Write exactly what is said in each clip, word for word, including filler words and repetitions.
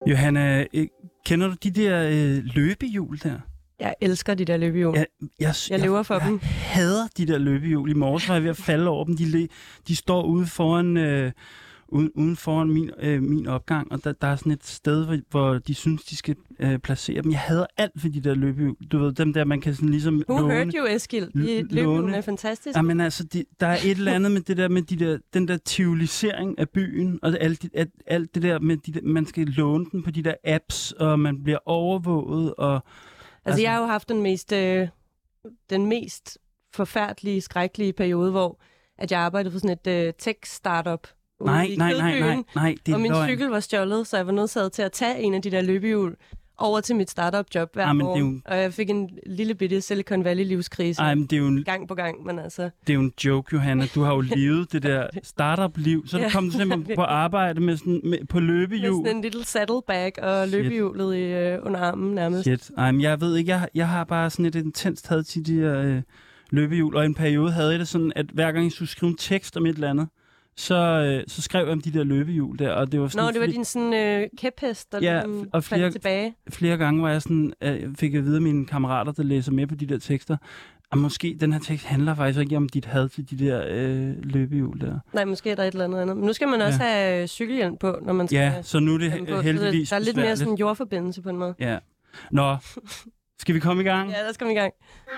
Johanna, øh, kender du de der øh, løbehjul der? Jeg elsker de der løbehjul. Jeg, jeg, jeg lever for jeg, dem. Jeg hader de der løbehjul. I morges var jeg ved at falde over dem. De, de står ude foran, øh, uden, uden foran min, øh, min opgang, og der, der er sådan et sted, hvor, hvor de synes, de skal øh, placere dem. Jeg hader alt for de der løbehjul. Du ved, dem der, man kan sådan ligesom Who låne. heard you, Eskild? De løbehjul er fantastisk. Jamen altså, de, der er et eller andet med det der, med de der, den der tivolisering af byen, og alt, alt, alt det der med, de der, man skal låne den på de der apps, og man bliver overvåget, og Altså, altså, jeg har jo haft den mest, øh, den mest forfærdelige, skrækkelige periode, hvor at jeg arbejdede for sådan et øh, tech-startup ude nej, i nej, nej, nej, nej, det er og min løgn. cykel var stjålet, så jeg var nødt til at tage en af de der løbehjul over til mit startup-job hver Ej, morgen. Jo... Og jeg fik en lille bitte Silicon Valley-livskrise Ej, men det er jo en... gang på gang, men altså... Det er jo en joke, Johanna. Du har jo levet det der startup-liv, så ja. Du kom simpelthen på arbejde med sådan, med, på løbehjul. Med sådan en lille saddlebag og Shit. løbehjulet i, øh, under armen nærmest. Shit. Ej, men jeg ved ikke, jeg, jeg har bare sådan et intenst had til de her øh, løbehjul, og i en periode havde jeg det sådan, at hver gang jeg skulle skrive en tekst om et eller andet, så, øh, så skrev jeg om de der løbehjul der, og det var sådan... Nå, det var fl- din sådan øh, kæphest, der ja, og flere, tilbage. flere gange var jeg sådan, øh, fik jeg vide af mine kammerater, der læser med på de der tekster, og måske den her tekst handler faktisk ikke om dit had til de der øh, løbehjul der. Nej, måske er der et eller andet andet. Men nu skal man også ja. have cykelhjelm på, når man skal... Ja, så nu er det he- heldigvis Der er lidt mere sådan en jordforbindelse på en måde. Ja. Nå, skal vi komme i gang? Ja, der skal vi i gang.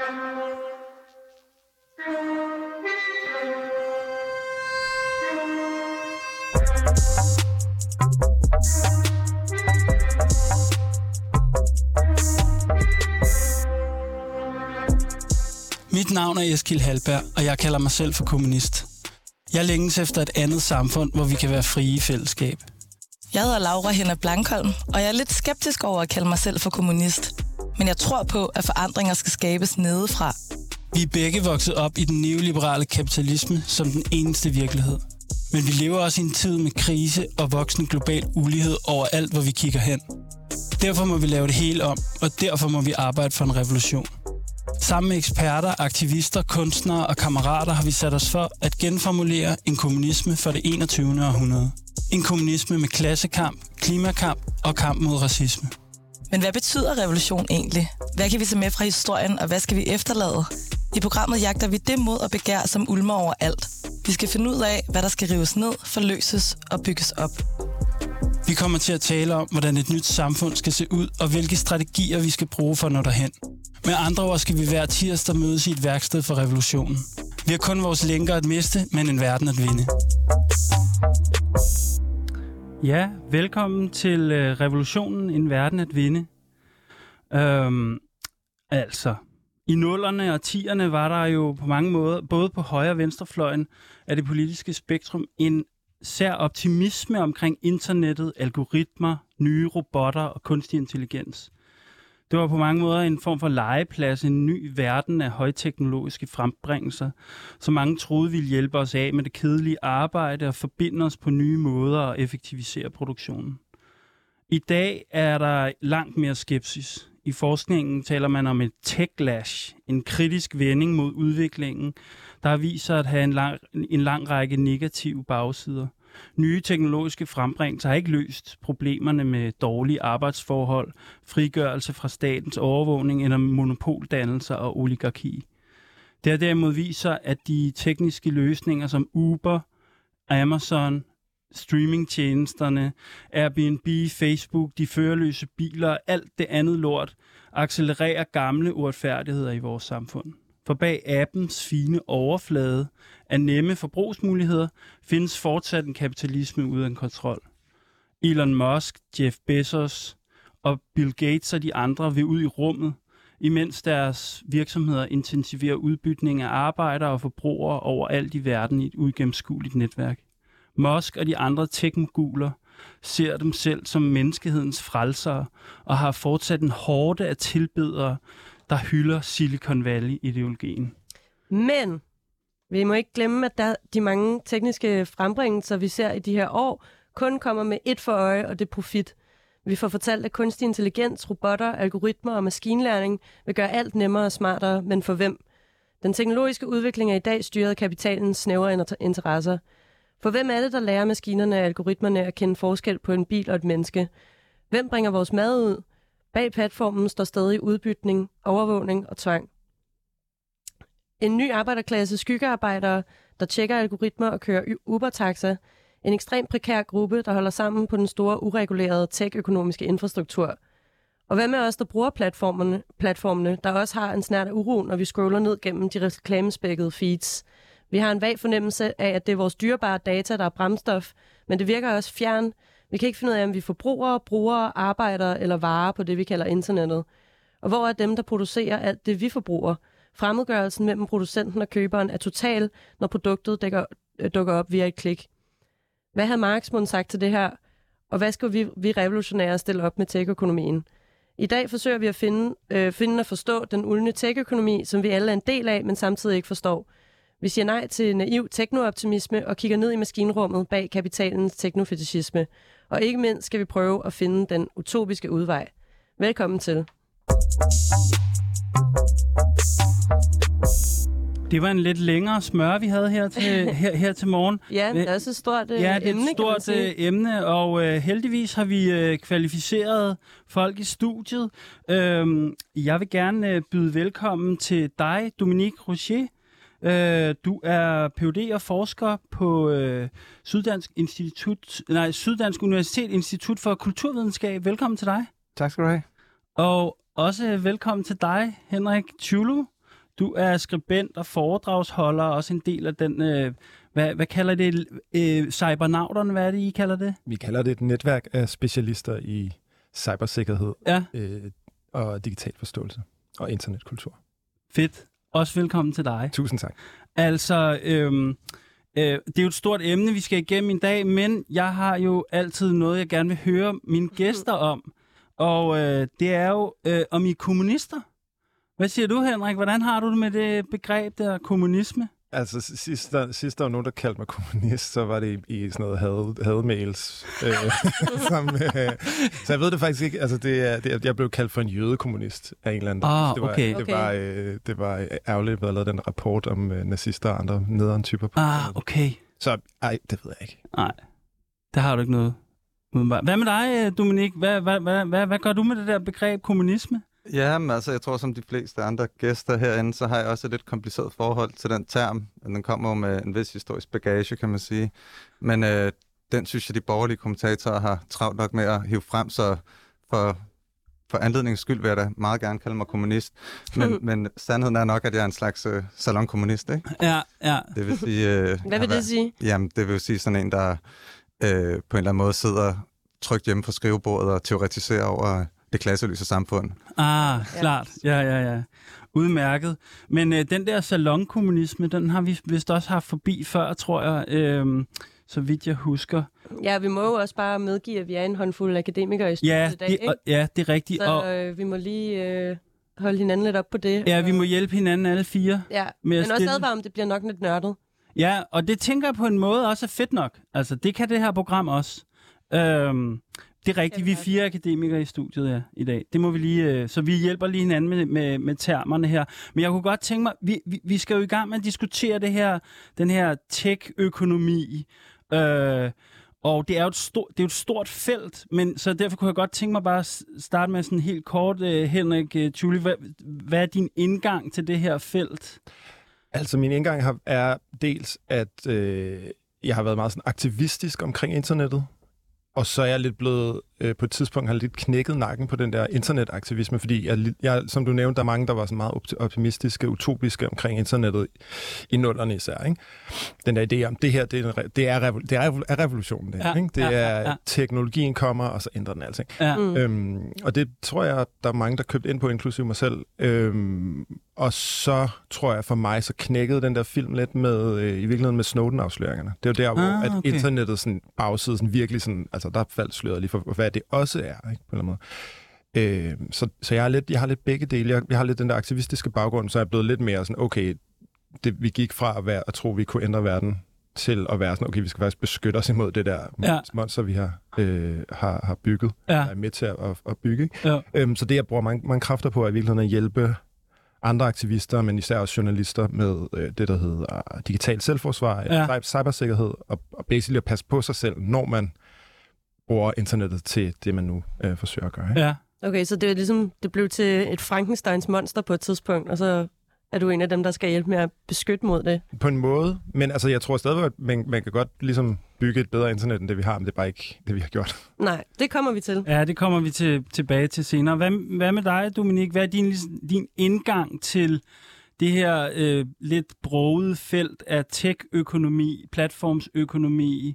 Mit navn er Eskild Halberg, og jeg kalder mig selv for kommunist. Jeg længes efter et andet samfund, hvor vi kan være frie i fællesskab. Jeg hedder Laura Henna Blankholm, og jeg er lidt skeptisk over at kalde mig selv for kommunist. Men jeg tror på, at forandringer skal skabes nedefra. Vi er begge vokset op i den neoliberale kapitalisme som den eneste virkelighed. Men vi lever også i en tid med krise og voksende global ulighed overalt, hvor vi kigger hen. Derfor må vi lave det hele om, og derfor må vi arbejde for en revolution. Sammen med eksperter, aktivister, kunstnere og kammerater har vi sat os for at genformulere en kommunisme for det enogtyvende århundrede. En kommunisme med klassekamp, klimakamp og kamp mod racisme. Men hvad betyder revolution egentlig? Hvad kan vi tage med fra historien, og hvad skal vi efterlade? I programmet jagter vi det mod og begær, som ulmer over alt. Vi skal finde ud af, hvad der skal rives ned, forløses og bygges op. Vi kommer til at tale om, hvordan et nyt samfund skal se ud, og hvilke strategier vi skal bruge for at nå derhen. Med andre ord skal vi hver tirsdag mødes i et værksted for revolutionen. Vi har kun vores lænker at miste, men en verden at vinde. Ja, velkommen til uh, revolutionen, en verden at vinde. Øhm, altså, i nullerne og tierne var der jo på mange måder, både på højre og venstrefløjen af det politiske spektrum, en sær optimisme omkring internettet, algoritmer, nye robotter og kunstig intelligens. Det var på mange måder en form for legeplads, en ny verden af højteknologiske frembringelser, som mange troede ville hjælpe os af med det kedelige arbejde og forbinde os på nye måder og effektivisere produktionen. I dag er der langt mere skepsis. I forskningen taler man om et techlash, en kritisk vending mod udviklingen, der viser at have en lang, en lang række negative bagsider. Nye teknologiske frembringelser har ikke løst problemerne med dårlige arbejdsforhold, frigørelse fra statens overvågning eller monopoldannelser og oligarki. Det har derimod vist sig, at de tekniske løsninger som Uber, Amazon, streamingtjenesterne, Airbnb, Facebook, de førerløse biler og alt det andet lort accelererer gamle uretfærdigheder i vores samfund. For bag appens fine overflade af nemme forbrugsmuligheder findes fortsat en kapitalisme uden kontrol. Elon Musk, Jeff Bezos og Bill Gates og de andre vil ud i rummet, imens deres virksomheder intensiverer udbytning af arbejdere og forbrugere overalt i verden i et uigennemskueligt netværk. Musk og de andre tech-moguler ser dem selv som menneskehedens frelsere og har fortsat en horde af tilbedere, der hylder Silicon Valley-ideologien. Men vi må ikke glemme, at der, de mange tekniske frembringelser, vi ser i de her år, kun kommer med et for øje, og det er profit. Vi får fortalt, at kunstig intelligens, robotter, algoritmer og maskinlæring vil gøre alt nemmere og smartere, men for hvem? Den teknologiske udvikling er i dag styret af kapitalens snævre interesser. For hvem er det, der lærer maskinerne og algoritmerne at kende forskel på en bil og et menneske? Hvem bringer vores mad ud? Bag platformen står stadig udbytning, overvågning og tvang. En ny arbejderklasse skyggearbejdere, der tjekker algoritmer og kører Uber-taxa. En ekstremt prekær gruppe, der holder sammen på den store uregulerede tech-økonomiske infrastruktur. Og hvad med os, der bruger platformerne, platformene, der også har en snert af uro, når vi scroller ned gennem de reklamespækkede feeds? Vi har en vag fornemmelse af, at det er vores dyrebare data, der er brændstof, men det virker også fjern. Vi kan ikke finde ud af, om vi forbruger, brugere, arbejdere eller varer på det, vi kalder internettet. Og hvor er dem, der producerer alt det, vi forbruger? Fremmedgørelsen mellem producenten og køberen er total, når produktet dækker, øh, dukker op via et klik. Hvad havde Marx måtte sagt til det her? Og hvad skal vi, vi revolutionære stille op med tech-økonomien? I dag forsøger vi at finde, øh, finde og forstå den uldne tech-økonomi, som vi alle er en del af, men samtidig ikke forstår. Vi siger nej til naiv teknooptimisme og kigger ned i maskinrummet bag kapitalens teknofetishisme. Og ikke mindst skal vi prøve at finde den utopiske udvej. Velkommen til. Det var en lidt længere smør, vi havde her til, her, her til morgen. Ja, det er også et stort øh, emne, Ja, det er et stort øh, emne, og øh, heldigvis har vi øh, kvalificeret folk i studiet. Øhm, jeg vil gerne øh, byde velkommen til dig, Dominique Rocher. Øh, du er P H D og forsker på øh, Syddansk, Institut, nej, Syddansk Universitet Institut for Kulturvidenskab. Velkommen til dig. Tak skal du have. Og også velkommen til dig, Henrik Tjulu. Du er skribent og foredragsholder, også en del af den, øh, hvad, hvad kalder det, øh, cybernauterne, hvad er det, I kalder det? Vi kalder det et netværk af specialister i cybersikkerhed ja. øh, og digital forståelse og internetkultur. Fedt. Også velkommen til dig. Tusind tak. Altså, øhm, øh, det er jo et stort emne, vi skal igennem i dag, men jeg har jo altid noget, jeg gerne vil høre mine gæster om, og øh, det er jo, øh, om I er kommunister. Hvad siger du, Henrik? Hvordan har du det med det begreb der, kommunisme? Altså, sidst der, sidst der var nogen, der kaldte mig kommunist, så var det i, i sådan noget had, hademails. øh, som, øh, så jeg ved det faktisk ikke. Altså, det er, det er, jeg blev kaldt for en jødekommunist af en eller anden. Ah, det var, okay. Det var, øh, det var ærgerligt, at jeg lavede den rapport om øh, nazister og andre nederen typer. Ah, okay. Så, ej, det ved jeg ikke. Nej, det har du ikke noget. Hvad med dig, Dominique? Hvad, hvad, hvad, hvad, hvad gør du med det der begreb kommunisme? Ja, men altså, jeg tror, som de fleste andre gæster herinde, så har jeg også et lidt kompliceret forhold til den term. Den kommer jo med en vis historisk bagage, kan man sige. Men øh, den synes jeg, de borgerlige kommentatorer har travlt nok med at hive frem, så for, for anledningens skyld vil jeg da meget gerne kalde mig kommunist. Men, men sandheden er nok, at jeg er en slags øh, salonkommunist, ikke? Ja, ja. Det vil sige... Øh, Hvad vil det sige? Jamen, det vil sige sådan en, der øh, på en eller anden måde sidder trygt hjemme på skrivebordet og teoretiserer over det klasseløse samfund. Ah, klart. Ja, ja, ja. Udmærket. Men øh, den der salonkommunisme, den har vi vist også haft forbi før, tror jeg, øh, så vidt jeg husker. Ja, vi må jo også bare medgive, at vi er en håndfuld akademikere i studiet ja, i dag, det, ikke? Ja, det er rigtigt. Så og, øh, vi må lige øh, holde hinanden lidt op på det. Ja, og, vi må hjælpe hinanden alle fire. Ja, men også advare om, det bliver nok lidt nørdet. Ja, og det tænker jeg på en måde også er fedt nok. Altså, det kan det her program også. Øhm, Det er rigtigt, vi er fire akademikere i studiet ja, i dag. Det må vi lige, øh, så vi hjælper lige hinanden med, med, med termerne her. Men jeg kunne godt tænke mig, vi, vi, vi skal jo i gang med at diskutere det her, den her tech-økonomi. Øh, og det er jo et stort, det er jo et stort felt, men så derfor kunne jeg godt tænke mig bare at starte med sådan helt kort, øh, Henrik øh, Tjuli, hvad, hvad er din indgang til det her felt? Altså min indgang har, er dels, at øh, jeg har været meget sådan aktivistisk omkring internettet. Og så er jeg lidt blevet, øh, på et tidspunkt har jeg lidt knækket nakken på den der internetaktivisme, fordi jeg, jeg, som du nævnte, der er mange, der var sådan meget optimistiske, utopiske omkring internettet i nullerne især, ikke? Den der idé om, det her, det er, det er, det er revolutionen, det, ja, ikke? Det ja, er, ja. Teknologien kommer, og så ændrer den alting. Ja. Mm. Øhm, og det tror jeg, der er mange, der købte ind på, inklusive mig selv. Øhm, og så tror jeg for mig, så knækkede den der film lidt med, øh, i virkeligheden med Snowden-afsløringerne. Det er jo der, ah, hvor at okay. internettet sådan, bagside sådan, virkelig sådan, altså der faldt sløret lige for, hvad det også er, ikke, på en eller anden måde. Øh, så, så jeg har lidt, jeg har lidt begge dele. Jeg, jeg har lidt den der aktivistiske baggrund, så er jeg blevet lidt mere sådan, okay, det, vi gik fra at, være, at tro, at vi kunne ændre verden, til at være sådan, okay, vi skal faktisk beskytte os imod det der ja. monster, vi har, øh, har, har bygget, ja. er med til at, at, at bygge. Ja. Øhm, så det, jeg bruger mange, mange kræfter på, er i virkeligheden at hjælpe andre aktivister, men især også journalister med øh, det, der hedder digital selvforsvar, ja. cybersikkerhed, og, og basically at passe på sig selv, når man bruger internettet til det, man nu øh, forsøger at gøre. Ikke? Ja. Okay, så det er ligesom, det blev til et Frankensteins monster på et tidspunkt, og så er du en af dem, der skal hjælpe med at beskytte mod det. På en måde, men altså, jeg tror stadig, at man, man kan godt ligesom bygge et bedre internet, end det vi har, men det er bare ikke det, vi har gjort. Nej, det kommer vi til. Ja, det kommer vi til, tilbage til senere. Hvad, hvad med dig, Dominik? Hvad er din, din indgang til det her øh, lidt brogede felt af tech-økonomi, platformsøkonomi,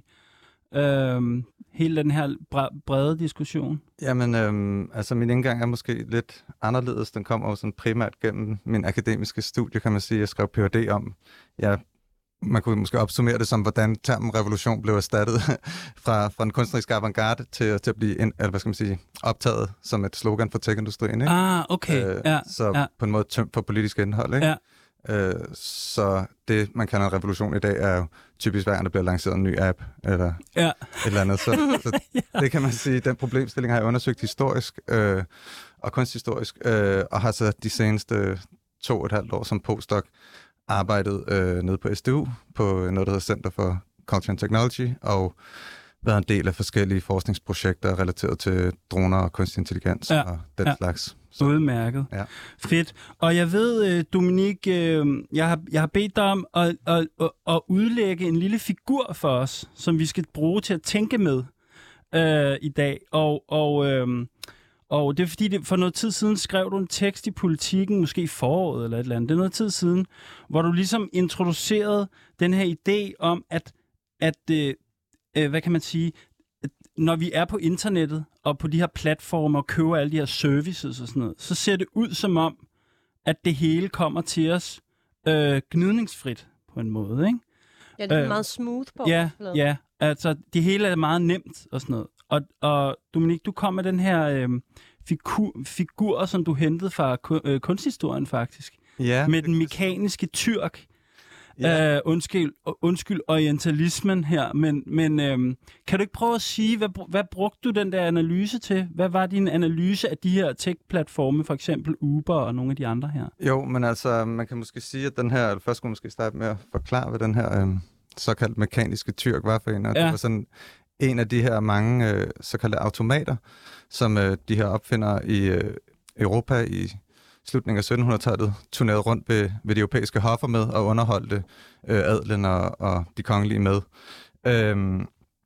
øh, hele den her brede diskussion? Jamen, øhm, altså min indgang er måske lidt anderledes. Den kommer jo sådan primært gennem min akademiske studie, kan man sige. Jeg skrev P H D om. Jeg, man kunne måske opsummere det som, hvordan termen revolution blev erstattet fra, fra den kunstneriske avantgarde til, til at blive ind, eller hvad skal man sige, optaget som et slogan for tech-industrien. Ikke? Ah, okay. Øh, ja, så ja. på en måde tømt for politisk indhold. Ikke? Ja. Øh, så det, man kalder en revolution i dag, er jo typisk hver gang, der bliver lanceret en ny app, eller ja. et eller andet. Så, så ja. Det kan man sige, den problemstilling har jeg undersøgt historisk øh, og kunsthistorisk, øh, og har så de seneste to og et halvt år som postdoc arbejdet øh, nede på S D U, på noget, der hedder Center for Culture and Technology, og været en del af forskellige forskningsprojekter relateret til droner og kunstig intelligens ja. og den ja. slags. Så. Udmærket. Ja. Fedt. Og jeg ved, Dominik, jeg har, jeg har bedt dig om at, at, at, at udlægge en lille figur for os, som vi skal bruge til at tænke med øh, i dag. Og, og, øh, og det er fordi, det, for noget tid siden skrev du en tekst i Politiken, måske i foråret eller et eller andet. Det er noget tid siden, hvor du ligesom introducerede den her idé om, at, at øh, øh, hvad kan man sige, når vi er på internettet og på de her platformer og køber alle de her services og sådan noget, så ser det ud som om, at det hele kommer til os øh, gnidningsfrit på en måde, ikke? Ja, det er øh, meget smooth på. Ja, ja, altså det hele er meget nemt og sådan noget. Og, og Dominik, du kom med den her øh, figur, figur, som du hentede fra øh, kunsthistorien faktisk, ja, med den mekaniske tyrk. Ja. Uh, undskyld, undskyld orientalismen her, men, men øhm, kan du ikke prøve at sige, hvad, hvad brugte du den der analyse til? Hvad var din analyse af de her tech-platforme, for eksempel Uber og nogle af de andre her? Jo, men altså, man kan måske sige, at den her, eller først skulle man måske starte med at forklare, hvad den her øhm, såkaldt mekaniske tyrk var for en. Og ja. Det var sådan en af de her mange øh, såkaldte automater, som øh, de her opfinder i øh, Europa i slutningen af syttenhundredetallet turnerede rundt ved, ved de europæiske hoffer med og underholdte øh, adlen og, og de kongelige med. Øhm,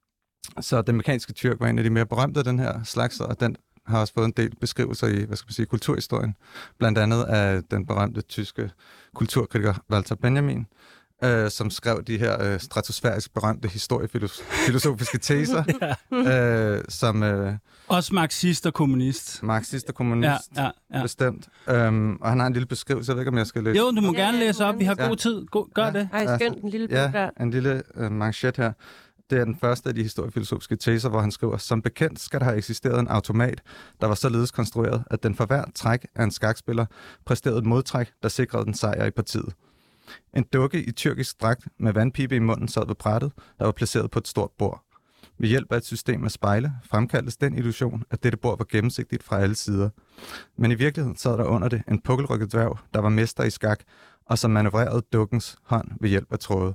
så den mekaniske tyrk var en af de mere berømte af den her slags, og den har også fået en del beskrivelser i, hvad skal man sige, kulturhistorien. Blandt andet af den berømte tyske kulturkritiker Walter Benjamin, øh, som skrev de her øh, stratosfærisk berømte historiefilosofiske teser, ja. øh, som... Øh, Også marxist og kommunist. Marxist og kommunist, ja, ja, ja. bestemt. Um, og han har en lille beskrivelse, jeg ved ikke, om jeg skal læse. Jo, du må ja, gerne ja, læse op, vi har ja. god tid. God, gør ja. det. Ej, skønt, en lille bog ja, der. en lille uh, manchet her. Det er den første af de historiefilosofiske teser, hvor han skriver, som bekendt skal der have eksisteret en automat, der var således konstrueret, at den for hver træk af en skakspiller præsterede et modtræk, der sikrede den sejr i partiet. En dukke i tyrkisk dragt med vandpibe i munden sad ved brættet, der var placeret på et stort bord. Ved hjælp af et system af spejle fremkaldtes den illusion, at dette bord var gennemsigtigt fra alle sider. Men i virkeligheden sad der under det en pukkelrykket dværg, der var mester i skak, og som manøvrerede dukkens hånd ved hjælp af tråde.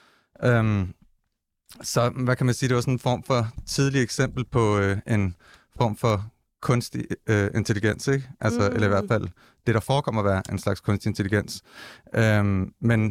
Øhm, så hvad kan man sige, det var sådan en form for tidlig eksempel på øh, en form for kunstig øh, intelligens, ikke? Altså, mm. eller i hvert fald det, der forekommer at være en slags kunstig intelligens. Øhm, men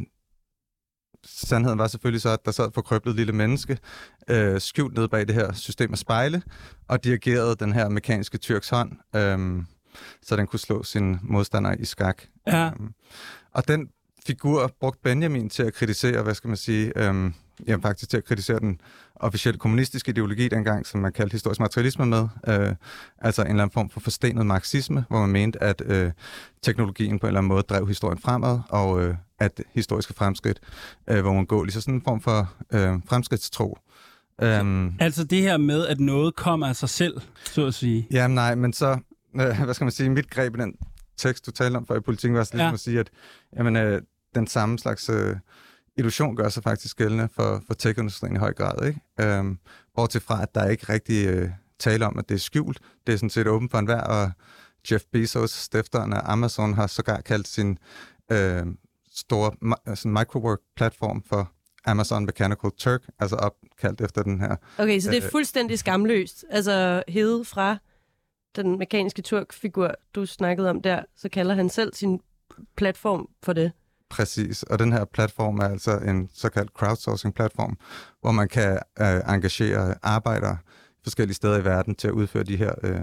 sandheden var selvfølgelig så, at der sad et forkrøblet lille menneske, øh, skjult ned bag det her system af spejle, og dirigerede den her mekaniske tyrks hånd, øh, så den kunne slå sine modstandere i skak. Ja. Øh, og den figur brugte Benjamin til at kritisere, hvad skal man sige, øh, jamen faktisk til at kritisere den officielle kommunistiske ideologi dengang, som man kaldte historisk materialisme med. Øh, altså en eller anden form for forstenet marxisme, hvor man mente, at øh, teknologien på en eller anden måde drev historien fremad, og øh, at historiske fremskridt øh, var uundgåeligt. Så sådan en form for øh, fremskridtstro. Um, altså det her med, at noget kommer af sig selv, så at sige. Jamen nej, men så, øh, hvad skal man sige, mit greb i den tekst, du talte om før i Politiken, var sådan, ja. At sige, at jamen, øh, den samme slags øh, illusion gør sig faktisk gældende for, for tech-industrien i høj grad. Ikke? Um, bortset fra, at der ikke rigtig øh, tale om, at det er skjult. Det er sådan set åbent for enhver, og Jeff Bezos, stifteren af Amazon, har sågar kaldt sin øh, store sådan microwork-platform for Amazon Mechanical Turk, altså opkaldt efter den her. Okay, så det er øh, fuldstændig skamløst. Altså Hede fra den mekaniske Turk-figur, du snakkede om der, så kalder han selv sin platform for det. Præcis, og den her platform er altså en såkaldt crowdsourcing-platform, hvor man kan øh, engagere arbejdere forskellige steder i verden til at udføre de her, øh,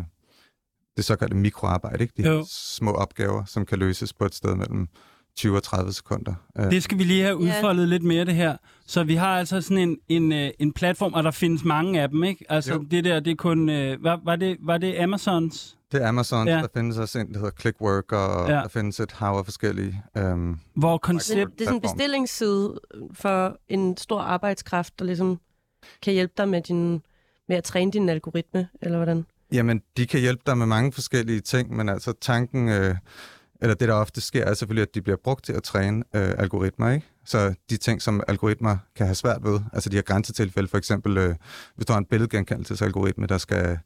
det såkaldte mikroarbejde, ikke? De her små opgaver, som kan løses på et sted mellem tyve og tredive sekunder. Det skal vi lige have udfoldet yeah. lidt mere, det her. Så vi har altså sådan en, en, en platform, og der findes mange af dem, ikke? Altså jo. det der, det er kun... Øh, var, var, det, var det Amazons? Det er Amazon, ja. Der findes også en, der hedder Clickworker, og ja. Der findes et hav af forskellige... Øhm, Hvor koncept... Det, det er sådan en bestillingsside for en stor arbejdskraft, der ligesom kan hjælpe dig med, din, med at træne din algoritme, eller hvordan? Jamen, de kan hjælpe dig med mange forskellige ting, men altså tanken... Øh, eller det, der ofte sker, er selvfølgelig, at de bliver brugt til at træne øh, algoritmer, ikke? Så de ting, som algoritmer kan have svært ved, altså de her grænsetilfælde, for eksempel, øh, hvis du har en billedgenkendelsesalgoritme, der skal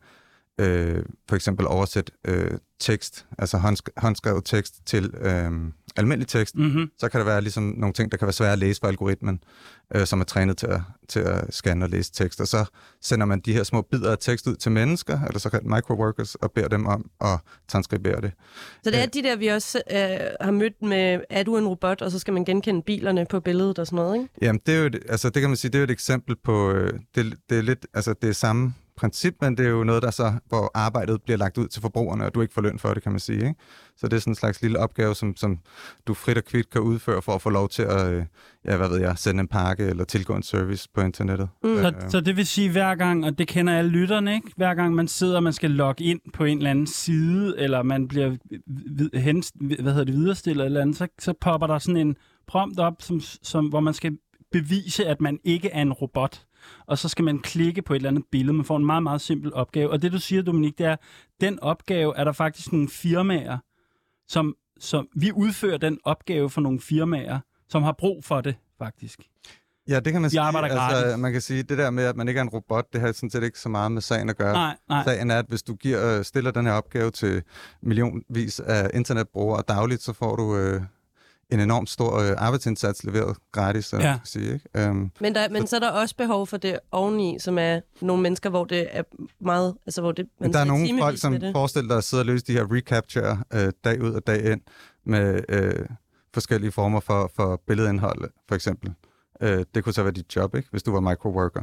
øh, for eksempel oversætte øh, tekst, altså håndsk- håndskrevet tekst til øh, almindelig tekst, mm-hmm. så kan der være ligesom nogle ting, der kan være svære at læse for algoritmen, øh, som er trænet til at, til at scanne og læse tekst. Og så sender man de her små bidder af tekst ud til mennesker, eller så kaldt microworkers, og beder dem om at transkribere det. Så det er de der, vi også øh, har mødt med, er du en robot, og så skal man genkende bilerne på billedet og sådan noget, ikke? Jamen, det er jo et, altså, det kan man sige, det er jo et eksempel på, øh, det, det er lidt, altså det er samme princip, men det er jo noget, der så, hvor arbejdet bliver lagt ud til forbrugerne, og du ikke får løn for det, kan man sige, ikke? Så det er sådan en slags lille opgave, som, som du frit og kvit kan udføre for at få lov til at, øh, ja, hvad ved jeg, sende en pakke eller tilgå en service på internettet. Mm. Så, så det vil sige hver gang, og det kender alle lytterne, ikke? Hver gang man sidder, og man skal logge ind på en eller anden side, eller man bliver hen, hvad hedder det, viderestillet eller andet, så, så popper der sådan en prompt op, som, som, hvor man skal bevise, at man ikke er en robot. Og så skal man klikke på et eller andet billede. Man får en meget, meget simpel opgave. Og det, du siger, Dominique, det er, den opgave er der faktisk nogle firmaer, som, som vi udfører den opgave for nogle firmaer, som har brug for det, faktisk. Ja, det kan man sige. Altså, man kan sige, det der med, at man ikke er en robot, det har sådan set ikke så meget med sagen at gøre. Nej, nej. Sagen er, at hvis du giver, stiller den her opgave til millionvis af internetbrugere dagligt, så får du... Øh, en enormt stor øh, arbejdsindsats leveret gratis, så ja. sige, ikke? Um, men, der, men så, så er der også behov for det oveni, som er nogle mennesker, hvor det er meget... Altså, hvor det, man der er nogle folk, som forestiller sig at sidde og løse de her recapture øh, dag ud og dag ind med øh, forskellige former for, for billedindhold, for eksempel. Øh, det kunne så være dit job, ikke? Hvis du var microworker.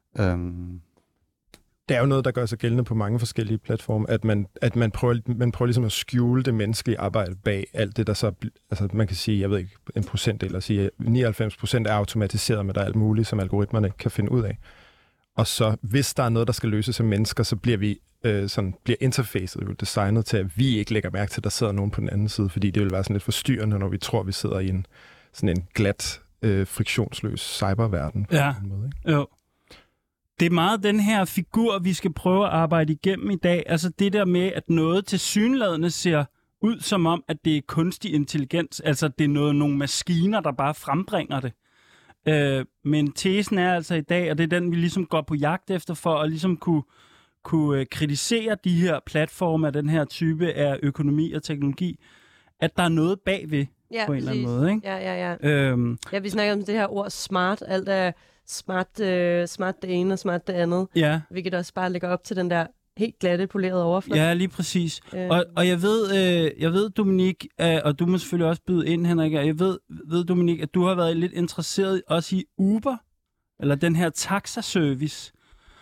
Um, Det er jo noget, der gør sig gældende på mange forskellige platforme, at man, at man prøver, man prøver ligesom at skjule det menneskelige arbejde bag alt det, der så... Altså, man kan sige, jeg ved ikke, en procentdel, at sige, nioghalvfems procent er automatiseret, men der er alt muligt, som algoritmerne kan finde ud af. Og så, hvis der er noget, der skal løses af mennesker, så bliver vi øh, sådan, bliver interfacet jo designet til, at vi ikke lægger mærke til, at der sidder nogen på den anden side, fordi det vil være sådan lidt forstyrrende, når vi tror, vi sidder i en, sådan en glat, øh, friktionsløs cyberverden. På ja, en måde, ikke? Jo. Det er meget den her figur, vi skal prøve at arbejde igennem i dag. Altså det der med, at noget tilsyneladende ser ud som om, at det er kunstig intelligens. Altså det er noget, nogle maskiner, der bare frembringer det. Øh, men tesen er altså i dag, og det er den, vi ligesom går på jagt efter for at ligesom kunne, kunne kritisere de her platforme af den her type af økonomi og teknologi, at der er noget bagved ja, på en eller anden måde. Ikke? Ja, ja, ja. Øhm, ja, vi snakker om det her ord smart. Alt er smart, øh, smart det ene og smart det andet. Ja. Hvilket også bare lægger op til den der helt glatte, polerede overflade. Ja, lige præcis. Øh. Og, og jeg ved, øh, jeg ved Dominique, øh, og du må selvfølgelig også byde ind, Henrik, og jeg ved, ved Dominique, at du har været lidt interesseret også i Uber, eller den her taxaservice.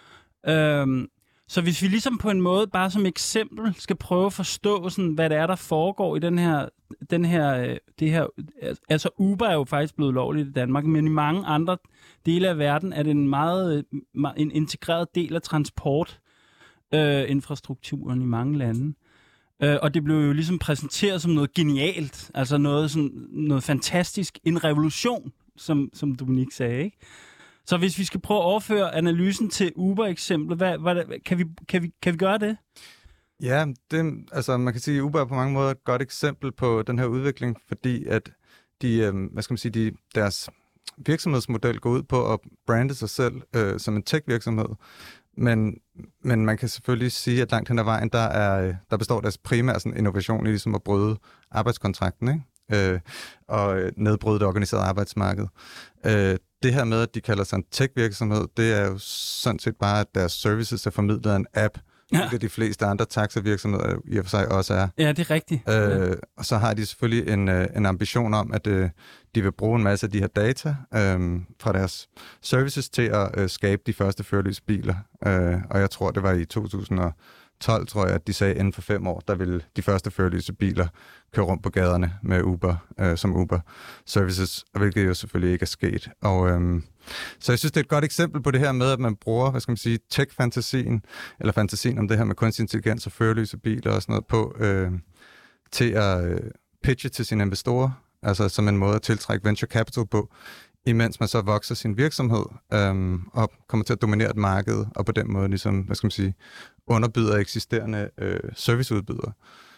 Øhm, så hvis vi ligesom på en måde, bare som eksempel, skal prøve at forstå, sådan, hvad det er, der foregår i den her, den her, det her... Altså Uber er jo faktisk blevet lovligt i Danmark, men i mange andre dele af verden er det en meget en integreret del af transportinfrastrukturen øh, i mange lande. Øh, og det blev jo ligesom præsenteret som noget genialt, altså noget, sådan, noget fantastisk, en revolution, som, som Dominique sagde, ikke? Så hvis vi skal prøve at overføre analysen til Uber-eksemplet, hvad, hvad, kan, vi, kan, vi, kan vi gøre det? Ja, det, altså man kan sige, at Uber er på mange måder et godt eksempel på den her udvikling, fordi at de, øh, hvad skal man sige, de, deres virksomhedsmodel går ud på at brande sig selv øh, som en tech-virksomhed. Men, men man kan selvfølgelig sige, at langt hen ad vejen, der, er, der består deres primære sådan, innovation i ligesom at bryde arbejdskontrakten, ikke? øh, og nedbryde det organiserede arbejdsmarked. Øh, det her med, at de kalder sig en tech-virksomhed, det er jo sådan set bare, at deres services er formidlet af en app, ja. hvilket de fleste andre taxavirksomheder i og for sig også er. Ja, det er rigtigt. Øh, ja. Og så har de selvfølgelig en, en ambition om, at øh, de vil bruge en masse af de her data øh, fra deres services til at øh, skabe de første førerløse biler. Øh, og jeg tror, det var i to tusind og tolv, tror jeg, at de sagde, at inden for fem år, der ville de første førerløse biler køre rundt på gaderne med Uber, øh, som Uber Services, hvilket jo selvfølgelig ikke er sket. Og, øhm, så jeg synes, det er et godt eksempel på det her med, at man bruger, hvad skal man sige, tech-fantasien, eller fantasien om det her med kunstig intelligens og førerløse biler og sådan noget på, øh, til at øh, pitche til sine investorer, altså som en måde at tiltrække venture capital på, imens man så vokser sin virksomhed øhm, og kommer til at dominere et marked, og på den måde ligesom, hvad skal man sige, underbyder eksisterende øh, serviceudbydere.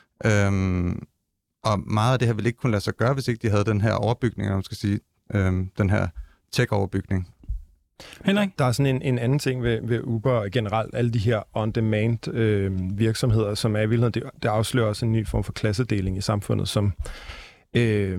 Øhm, og meget af det her ville ikke kunne lade sig gøre, hvis ikke de havde den her overbygning, eller man skal sige, øhm, den her tech-overbygning. Henrik? Der er sådan en, en anden ting ved, ved Uber og generelt alle de her on-demand øh, virksomheder, som er i virkeligheden, det, det afslører også en ny form for klassedeling i samfundet, som Øh,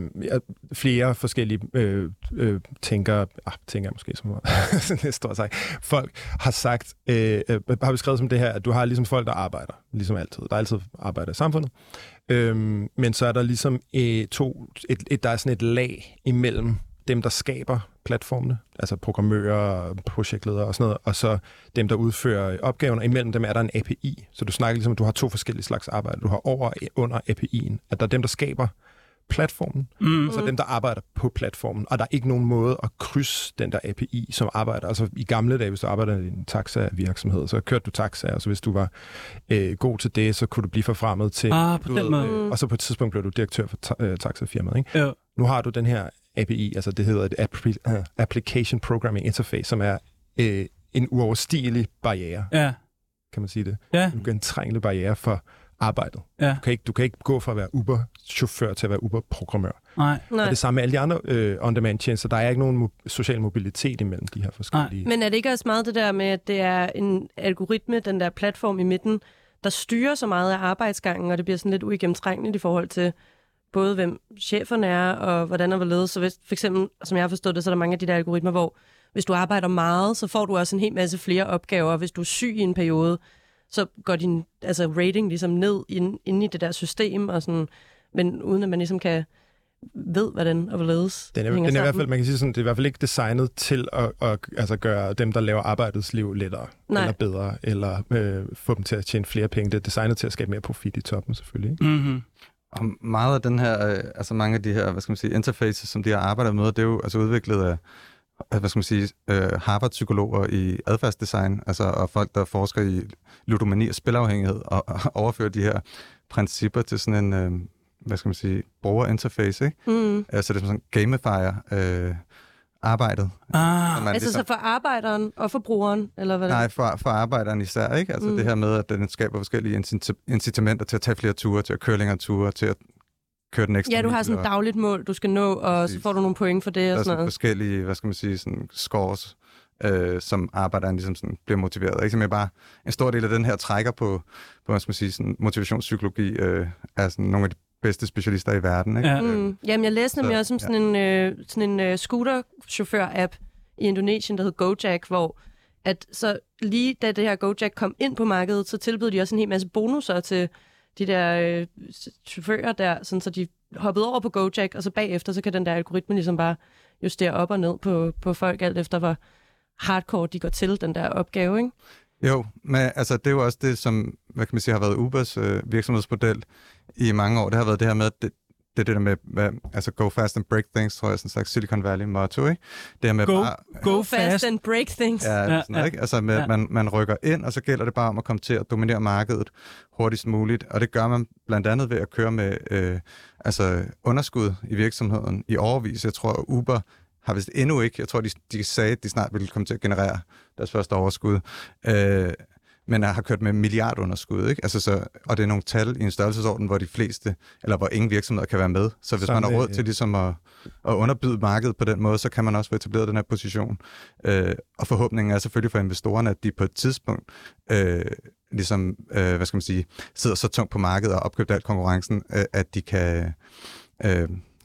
flere forskellige øh, øh, tænker, ah, tænker jeg måske som det står sagt, folk har sagt, øh, har beskrevet som det her, at du har ligesom folk, der arbejder, ligesom altid. Der er altid arbejder i samfundet. Øh, men så er der ligesom øh, to, et, et, der er sådan et lag imellem dem, der skaber platformene, altså programmører, projektledere og sådan noget, og så dem, der udfører opgaven, og imellem dem er der en A P I. Så du snakker ligesom, at du har to forskellige slags arbejde. Du har over og under A P I'en, at der er dem, der skaber platformen, mm. og så dem, der arbejder på platformen. Og der er ikke nogen måde at krydse den der A P I, som arbejder. Altså i gamle dage, hvis du arbejder i en taxa-virksomhed, så kørte du taxa, og så hvis du var øh, god til det, så kunne du blive forfremmet til... Ah, på den ved, måde. øh, og så på et tidspunkt blev du direktør for ta- øh, taxafirmaet, ikke? Ja. Nu har du den her A P I, altså det hedder et appli- uh, Application Programming Interface, som er øh, en uoverstigelig barriere. Ja. Kan man sige det? Ja. En gentrængle barriere for arbejdet. Ja. Du kan ikke, du kan ikke gå fra at være Uber-chauffør til at være Uber-programmør. Nej. Og det samme med alle de andre øh, on-demand-tjenester. Der er ikke nogen mo- social mobilitet imellem de her forskellige... Nej. Men er det ikke også meget det der med, at det er en algoritme, den der platform i midten, der styrer så meget af arbejdsgangen, og det bliver sådan lidt uigennemtrængeligt i forhold til både hvem cheferne er, og hvordan og hvorledes. Så hvis, for eksempel, som jeg har forstået det, så er der mange af de der algoritmer, hvor hvis du arbejder meget, så får du også en hel masse flere opgaver. Hvis du er syg i en periode, så går din altså rating ligesom ned inde, inde i det der system, og sådan, men uden at man ligesom kan ved, hvordan og hvorledes den er, hænger den er i sammen. hvert fald, man kan sige sådan, det er i hvert fald ikke designet til at, at altså gøre dem, der laver arbejdets liv lettere, Nej. eller bedre, eller øh, få dem til at tjene flere penge. Det er designet til at skabe mere profit i toppen, selvfølgelig. Ikke? Mm-hmm. Og meget af den her, øh, altså mange af de her, hvad skal man sige, interfaces, som de har arbejdet med, det er jo altså udviklet af hvad skal man sige, øh, Harvard-psykologer i adfærdsdesign, altså og folk, der forsker i ludomani og spilafhængighed, og, og overfører de her principper til sådan en, øh, hvad skal man sige, brugerinterface, ikke? Mm. Altså det er sådan gamifier øh, arbejdet. Ah. Man altså ligesom, så for arbejderen og for brugeren, eller hvad? Nej, for, for arbejderen især, ikke? Altså mm. det her med, at den skaber forskellige incitamenter til at tage flere ture, til at køre længere ture, til at køre den ekstra. Ja, du har sådan et dagligt mål, du skal nå, og præcis. Så får du nogle point for det og sådan noget. Forskellige, hvad skal man sige, sådan scores, øh, som arbejderen ligesom sådan bliver motiveret. Ikke? Som er bare en stor del af den her trækker på, på hvad skal man sige, sådan motivationspsykologi, øh, er sådan nogle af de bedste specialister i verden. Ikke? Ja. Mm. Jamen, jeg læste nemlig også om sådan en, øh, sådan en øh, scooter-chauffør-app i Indonesien, der hed Gojek, hvor at så lige da det her Gojek kom ind på markedet, så tilbød de også en hel masse bonusser til de der øh, chauffører der, sådan, så de hoppede over på Gojek, og så bagefter, så kan den der algoritme ligesom bare justere op og ned på, på folk, alt efter hvor hardcore de går til den der opgave, ikke? Jo, men altså, det er jo også det, som hvad kan man sige, har været Ubers øh, virksomhedsmodel i mange år. Det har været det her med, at det, det, det der med, hvad, altså go fast and break things, tror jeg, sådan en slags Silicon Valley motto, ikke? Det her med go, bare, go, go fast, fast and break things. Ja, sådan, ja, ja. Ikke? Altså, med, ja. man, man rykker ind, og så gælder det bare om at komme til at dominere markedet hurtigst muligt, og det gør man blandt andet ved at køre med øh, altså underskud i virksomheden i årevis. Jeg tror, Uber har vist endnu ikke, jeg tror, de, de sagde, at de snart ville komme til at generere deres første overskud, øh, men har kørt med milliardunderskud, ikke? Altså så, og det er nogle tal i en størrelsesorden, hvor de fleste, eller hvor ingen virksomheder kan være med. Så hvis Sådan, man har råd til ligesom at, at underbyde markedet på den måde, så kan man også få etableret den her position. Øh, og forhåbningen er selvfølgelig for investorerne, at de på et tidspunkt øh, ligesom, øh, hvad skal man sige, sidder så tungt på markedet og opkøbt al konkurrencen, øh, at de kan... Øh,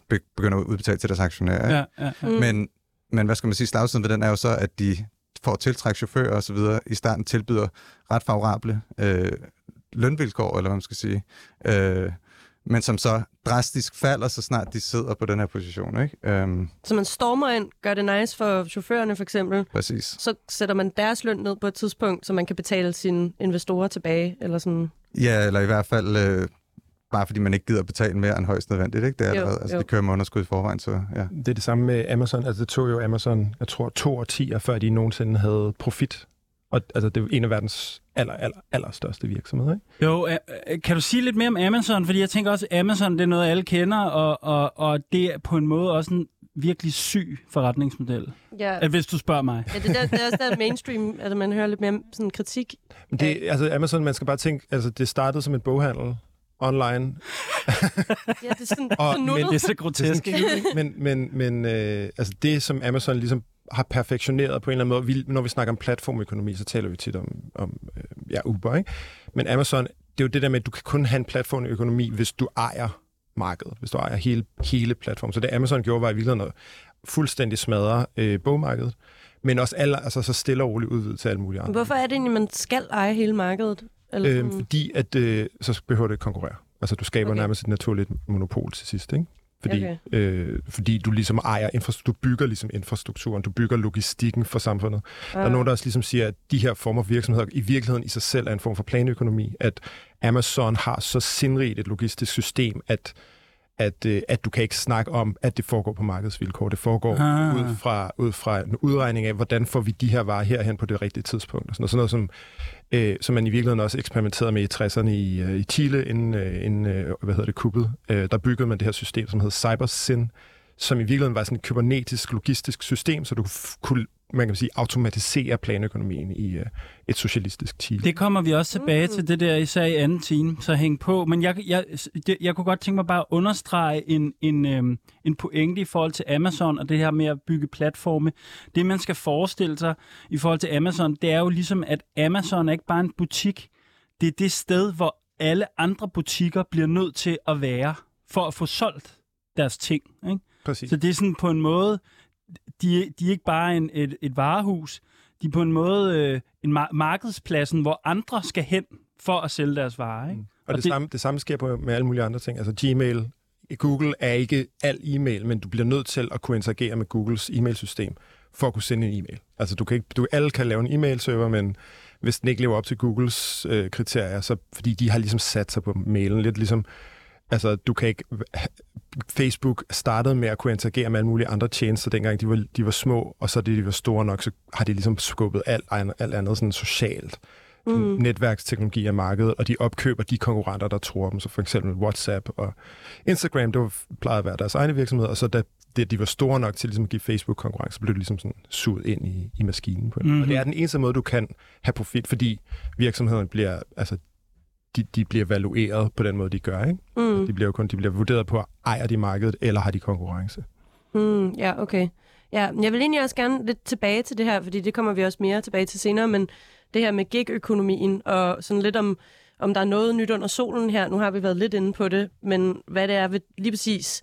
begynder at udbetale til deres aktionærer. Ja, ja, ja. Mm. Men, men hvad skal man sige, slagsiden ved den er jo så, at de for at tiltrække chauffører og så videre, i starten tilbyder ret favorable øh, lønvilkår, eller hvad man skal sige, øh, men som så drastisk falder, så snart de sidder på den her position, ikke? Um, så man stormer ind, gør det nice for chaufførerne for eksempel. Præcis. Så sætter man deres løn ned på et tidspunkt, så man kan betale sine investorer tilbage, eller sådan. Ja, eller i hvert fald øh, bare fordi man ikke gider betale mere end højst nødvendigt, ikke? Det er jo, allerede, altså jo. det kører med underskud i forvejen, så ja. Det er det samme med Amazon. Altså det tog jo Amazon, jeg tror, to årtier, før de nogensinde havde profit. Og altså, det er en af verdens aller, aller, aller største virksomheder, ikke? Jo, øh, kan du sige lidt mere om Amazon? Fordi jeg tænker også, at Amazon det er noget, alle kender, og, og, og det er på en måde også en virkelig syg forretningsmodel. Ja. Hvis du spørger mig. Ja, det, der, det er også der mainstream, at man hører lidt mere sådan kritik. Men det, altså Amazon, man skal bare tænke, altså det startede som en boghandel online. Ja, det er sådan, Og- sådan men nuttet. Det er så grotesk. Det er sådan cute, ikke? men, men, men øh, altså det, som Amazon ligesom har perfektioneret på en eller anden måde, vi, når vi snakker om platformøkonomi, så taler vi tit om, om øh, ja, Uber, ikke? Men Amazon, det er jo det der med, at du kan kun have en platformøkonomi, hvis du ejer markedet, hvis du ejer hele, hele platformen. Så det Amazon gjorde, var i virkeligheden at fuldstændig smadre øh, bogmarkedet, men også alle, altså, så stille og roligt udvidet til alle mulige andre. Hvorfor er det egentlig, man skal eje hele markedet? Eller Øhm, sådan? fordi at øh, så behøver det ikke konkurrere. Altså du skaber Okay. okay. nærmest et naturligt monopol til sidst, ikke? Fordi, Okay. øh, fordi du ligesom ejer infrastruktur, du bygger ligesom infrastrukturen, du bygger logistikken for samfundet. Ah. Der er nogen, der også ligesom siger, at de her former for virksomheder i virkeligheden i sig selv er en form for planøkonomi, at Amazon har så sindrigt et logistisk system, at at, øh, at du kan ikke snakke om, at det foregår på markedsvilkår. Det foregår Ah. ud fra, ud fra en udregning af, hvordan får vi de her varer herhen på det rigtige tidspunkt. Og sådan noget, sådan noget som, øh, som man i virkeligheden også eksperimenterede med i tresserne i, øh, i Chile, inden, øh, inden øh, hvad hedder det, kuppet. Øh, der byggede man det her system, som hed CyberSyn, som i virkeligheden var sådan et kybernetisk, logistisk system, så du f- kunne, man kan sige, automatisere planøkonomien i øh, et socialistisk Chile. Det kommer vi også tilbage til, det der især i anden time, så hæng på. Men jeg, jeg, jeg, jeg kunne godt tænke mig bare at understrege en, en, øhm, en pointe i forhold til Amazon og det her med at bygge platforme. Det, man skal forestille sig i forhold til Amazon, det er jo ligesom, at Amazon er ikke bare en butik. Det er det sted, hvor alle andre butikker bliver nødt til at være for at få solgt deres ting, ikke? Præcis. Så det er sådan på en måde, de, de er ikke bare en, et, et varehus, de er på en måde øh, en mar- markedspladsen, hvor andre skal hen for at sælge deres varer. Ikke? Og, Og det, det- samme, det samme sker på, med alle mulige andre ting. Altså Gmail, Google er ikke al e-mail, men du bliver nødt til at kunne interagere med Googles e-mailsystem for at kunne sende en e-mail. Altså du kan ikke, du, alle kan lave en e-mail-server, men hvis den ikke lever op til Googles øh, kriterier, så fordi de har ligesom sat sig på mailen, lidt ligesom, altså du kan ikke, Facebook startede med at kunne interagere med alle mulige andre tjenester, dengang de var, de var små, og så det de var store nok, så har de ligesom skubbet alt, alt andet sådan socialt. Mm. Netværksteknologi af markedet, og de opkøber de konkurrenter, der tror dem, så for eksempel WhatsApp og Instagram, det var, plejede at være deres egne virksomheder, og så da det, de var store nok til ligesom at give Facebook konkurrence, så blev det ligesom sådan suget ind i, i maskinen på det. Mhm. Og det er den eneste måde, du kan have profit, fordi virksomheden bliver, altså, de, de bliver valueret på den måde, de gør, ikke? Mm. De bliver jo kun, de bliver vurderet på, ejer de markedet, eller har de konkurrence? Mm, ja, okay. Ja, jeg vil egentlig også gerne lidt tilbage til det her, fordi det kommer vi også mere tilbage til senere, men det her med gig-økonomien, og sådan lidt om, om der er noget nyt under solen her. Nu har vi været lidt inde på det, men hvad det er ved lige præcis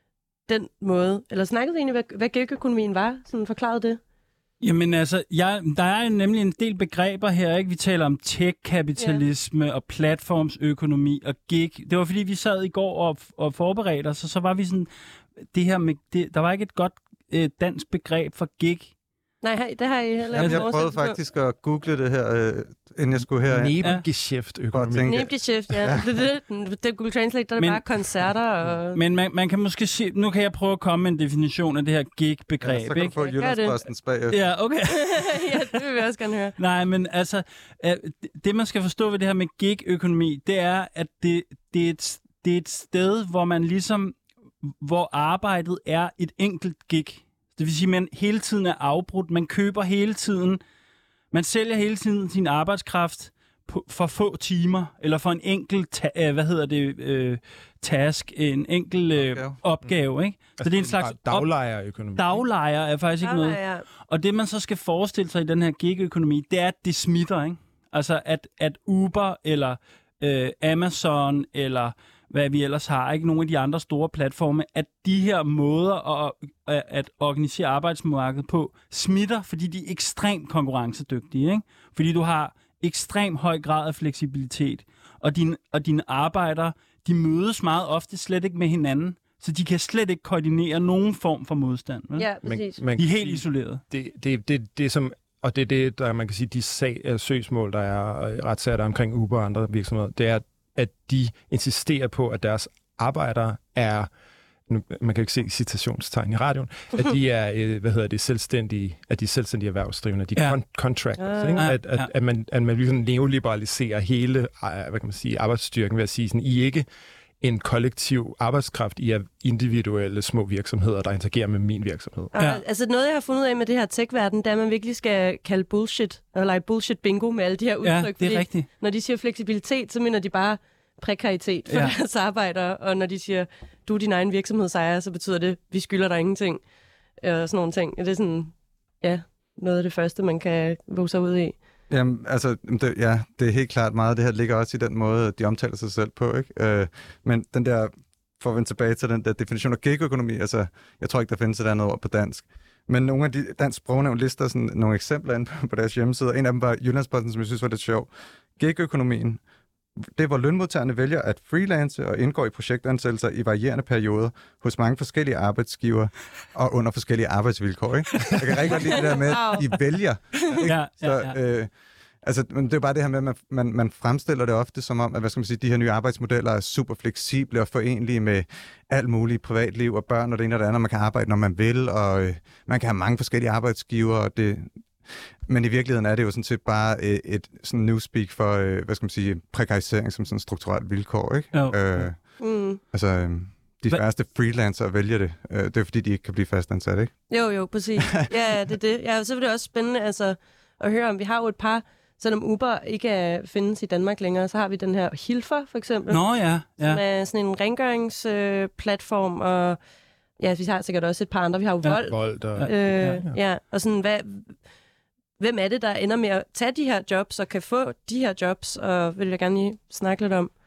den måde, eller snakkede egentlig, hvad, hvad gig-økonomien var? Sådan forklarede det? Jamen altså, jeg, der er nemlig en del begreber her, ikke? Vi taler om tech-kapitalisme yeah. og platformsøkonomi og gig. Det var fordi, vi sad i går og, og forberedte os, og så var vi sådan, det her med, det, der var ikke et godt øh, dansk begreb for gig. Nej, hej, det har I heller Jamen, ikke jeg prøvede faktisk at google det her, øh, inden jeg skulle her. Nebengeschæft-økonomi. Ja. Nebengeschæft, ja. Det, det, det, det Google Translate, der er det Men- bare koncerter og... Men man, man kan måske se, nu kan jeg prøve at komme med en definition af det her gig-begreb, Ja, så kan du ikke? få Jeg gør det. Jyllandsposten bagefter. Ja, okay. ja, det vil vi også gerne høre. Nej, men altså, øh, det- det man skal forstå ved det her med gig-økonomi, det er, at det, det, er et, det er et sted, hvor man ligesom, hvor arbejdet er et enkelt gig. Det vil sige, at man hele tiden er afbrudt, man køber hele tiden, man sælger hele tiden sin arbejdskraft på, for få timer, eller for en enkelt, ta- øh, hvad hedder det, øh, task, en enkelt øh, Opgave. opgave, ikke? Så det er en slags op- daglejerøkonomi. daglejer er faktisk ikke noget. Ja, ja. Og det, man så skal forestille sig i den her gig-økonomi, det er, at det smitter, ikke? Altså, at, at Uber eller øh, Amazon eller hvad vi ellers har, ikke nogle af de andre store platforme, at de her måder at, at organisere arbejdsmarkedet på smitter, fordi de er ekstremt konkurrencedygtige, ikke? Fordi du har ekstrem høj grad af fleksibilitet, og dine, og dine arbejdere, de mødes meget ofte slet ikke med hinanden, så de kan slet ikke koordinere nogen form for modstand. Vel? Ja, præcis. Man, de er helt isoleret. Det, det, det, det som, og det er det, der man kan sige, de sag, søgsmål, der er retssager omkring Uber og andre virksomheder, det er, at de insisterer på, at deres arbejdere er, nu, man kan ikke se citationstegn i radioen, at de er, hvad hedder det, selvstændige, at de er selvstændige erhvervsdrivende, de ja. con- contractors, Ja. ikke? Ja. At, at, at man, at man ligesom neoliberaliserer hele, hvad kan man sige, arbejdsstyrken ved at sige sådan, I er ikke en kollektiv arbejdskraft, I er individuelle små virksomheder, der interagerer med min virksomhed. Og, ja. Altså noget, jeg har fundet ud af med det her tech-verden, det er, at man virkelig skal kalde bullshit, eller like bullshit bingo med alle de her udtryk. Ja, det er fordi rigtigt. Når de siger fleksibilitet, så mener de bare prekaritet for ja. deres arbejdere, og når de siger, du er din egen virksomhedsejer, så betyder det, vi skylder dig ingenting, og sådan nogle ting. Det er sådan, ja, noget af det første, man kan våge sig ud i. Jamen, altså, det, ja, det er helt klart meget. Det her ligger også i den måde, de omtaler sig selv på, ikke? Øh, men den der, for at vende tilbage til den der definition af gig-økonomi, altså, jeg tror ikke, der findes et andet ord på dansk. Men nogle af de dansk sprognævn lister sådan nogle eksempler inde på, på deres hjemmeside. En af dem var Jyllandsposten, som jeg synes var lidt sjov. Gig-økonomien, det er, hvor lønmodtagerne vælger at freelance og indgå i projektansættelser i varierende perioder hos mange forskellige arbejdsgiver og under forskellige arbejdsvilkår. Ikke? Jeg kan rigtig godt lide det der med, at de vælger. Ikke? Ja, ja, ja. Så, øh, altså, men det er jo bare det her med, at man, man, man fremstiller det ofte som om, at hvad skal man sige, de her nye arbejdsmodeller er super fleksible og forenlige med alt muligt privatliv og børn og det ene og det andet. Man kan arbejde, når man vil, og øh, man kan have mange forskellige arbejdsgiver, og det... Men i virkeligheden er det jo sådan set bare et, et sådan newspeak for, øh, hvad skal man sige, prekarisering som sådan et strukturelt vilkår, ikke? Jo. Øh, Mm. altså, øh, de færreste freelancere vælger det. Øh, det er fordi, de ikke kan blive fastansat, ikke? Jo, jo, præcis. Ja, det er det. Ja, så er det også spændende altså, at høre om. Vi har jo et par, selvom Uber ikke er, findes i Danmark længere, så har vi den her Hilfer, for eksempel. Nå ja, ja. Som er sådan en rengøringsplatform, øh, og ja, vi har sikkert også et par andre. Vi har jo Ja. Volt. Volt og... Øh, ja. ja, og sådan, hvad... Hvem er det, der ender med at tage de her jobs og kan få de her jobs, og vil jeg gerne lige snakke lidt om?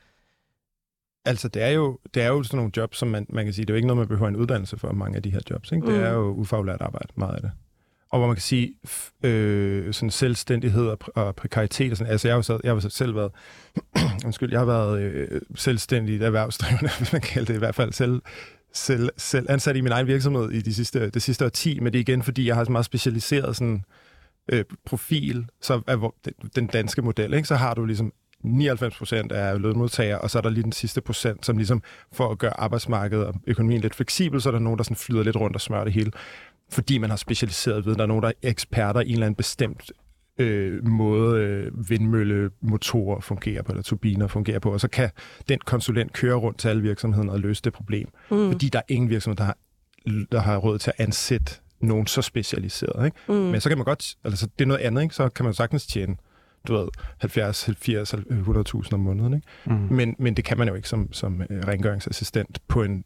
Altså, det er jo, det er jo sådan nogle jobs, som man, man kan sige, det er jo ikke noget, man behøver en uddannelse for, mange af de her jobs. Ikke? Det Mm. er jo ufaglært arbejde, meget af det. Og hvor man kan sige, f- øh, sådan selvstændighed og, pr- og prekaritet og sådan. Altså, jeg har jo sad, jeg har jo selv været, undskyld, jeg har været øh, selvstændig erhvervsdrivende, hvis man kalder det i hvert fald selv, selv, selv ansat i min egen virksomhed i de sidste, det sidste årti, men det er igen, fordi jeg har så meget specialiseret sådan øh, profil, så er hvor, den, den danske model, ikke? Så har du ligesom nioghalvfems procent af lønmodtagere, og så er der lige den sidste procent, som ligesom for at gøre arbejdsmarkedet og økonomien lidt fleksibel, så er der nogen, der sådan flyder lidt rundt og smører det hele, fordi man har specialiseret viden. Der er nogen, der er eksperter i en eller anden bestemt øh, måde, øh, vindmøllemotorer fungerer på, eller turbiner fungerer på, og så kan den konsulent køre rundt til alle virksomheder og løse det problem. Mm. Fordi der er ingen virksomhed, der har, der har råd til at ansætte nogen så specialiseret. Ikke? Mm. Men så kan man godt, altså det er noget andet, ikke? Så kan man sagtens tjene du ved, halvfjerds, firs, hundrede tusind om måneden. Ikke? Mm. Men, men det kan man jo ikke som, som uh, rengøringsassistent på en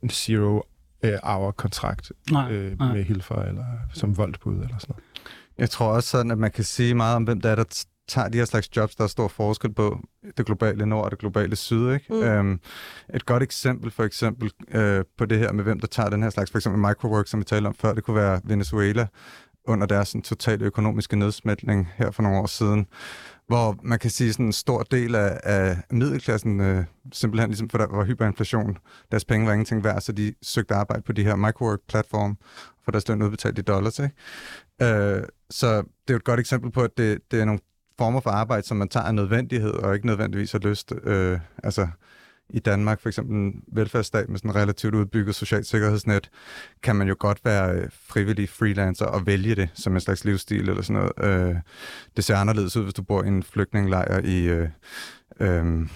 zero-hour-kontrakt uh, øh, med Hilfer eller som Voltbud eller sådan noget. Jeg tror også sådan, at man kan sige meget om, hvem der er, der tager de her slags jobs, der er stor forskel på det globale nord og det globale syd. Ikke? Mm. Øhm, et godt eksempel for eksempel øh, på det her med, hvem der tager den her slags, for eksempel microwork, som vi talte om før, det kunne være Venezuela under deres sådan, totale økonomiske nedsmeltning her for nogle år siden, hvor man kan sige, sådan en stor del af, af middelklassen øh, simpelthen, ligesom for der var hyperinflation, deres penge var ingenting værd, så de søgte arbejde på de her microwork-platforme, for deres løn udbetalt i dollars. Ikke? Øh, så det er jo et godt eksempel på, at det, det er nogle former for arbejde, som man tager af nødvendighed, og ikke nødvendigvis har lyst. Øh, altså i Danmark, for eksempel en velfærdsstat med sådan en relativt udbygget socialt sikkerhedsnet, kan man jo godt være frivillig freelancer og vælge det som en slags livsstil eller sådan noget. Øh, det ser anderledes ud, hvis du bor i en flygtningelejr i øh, øh,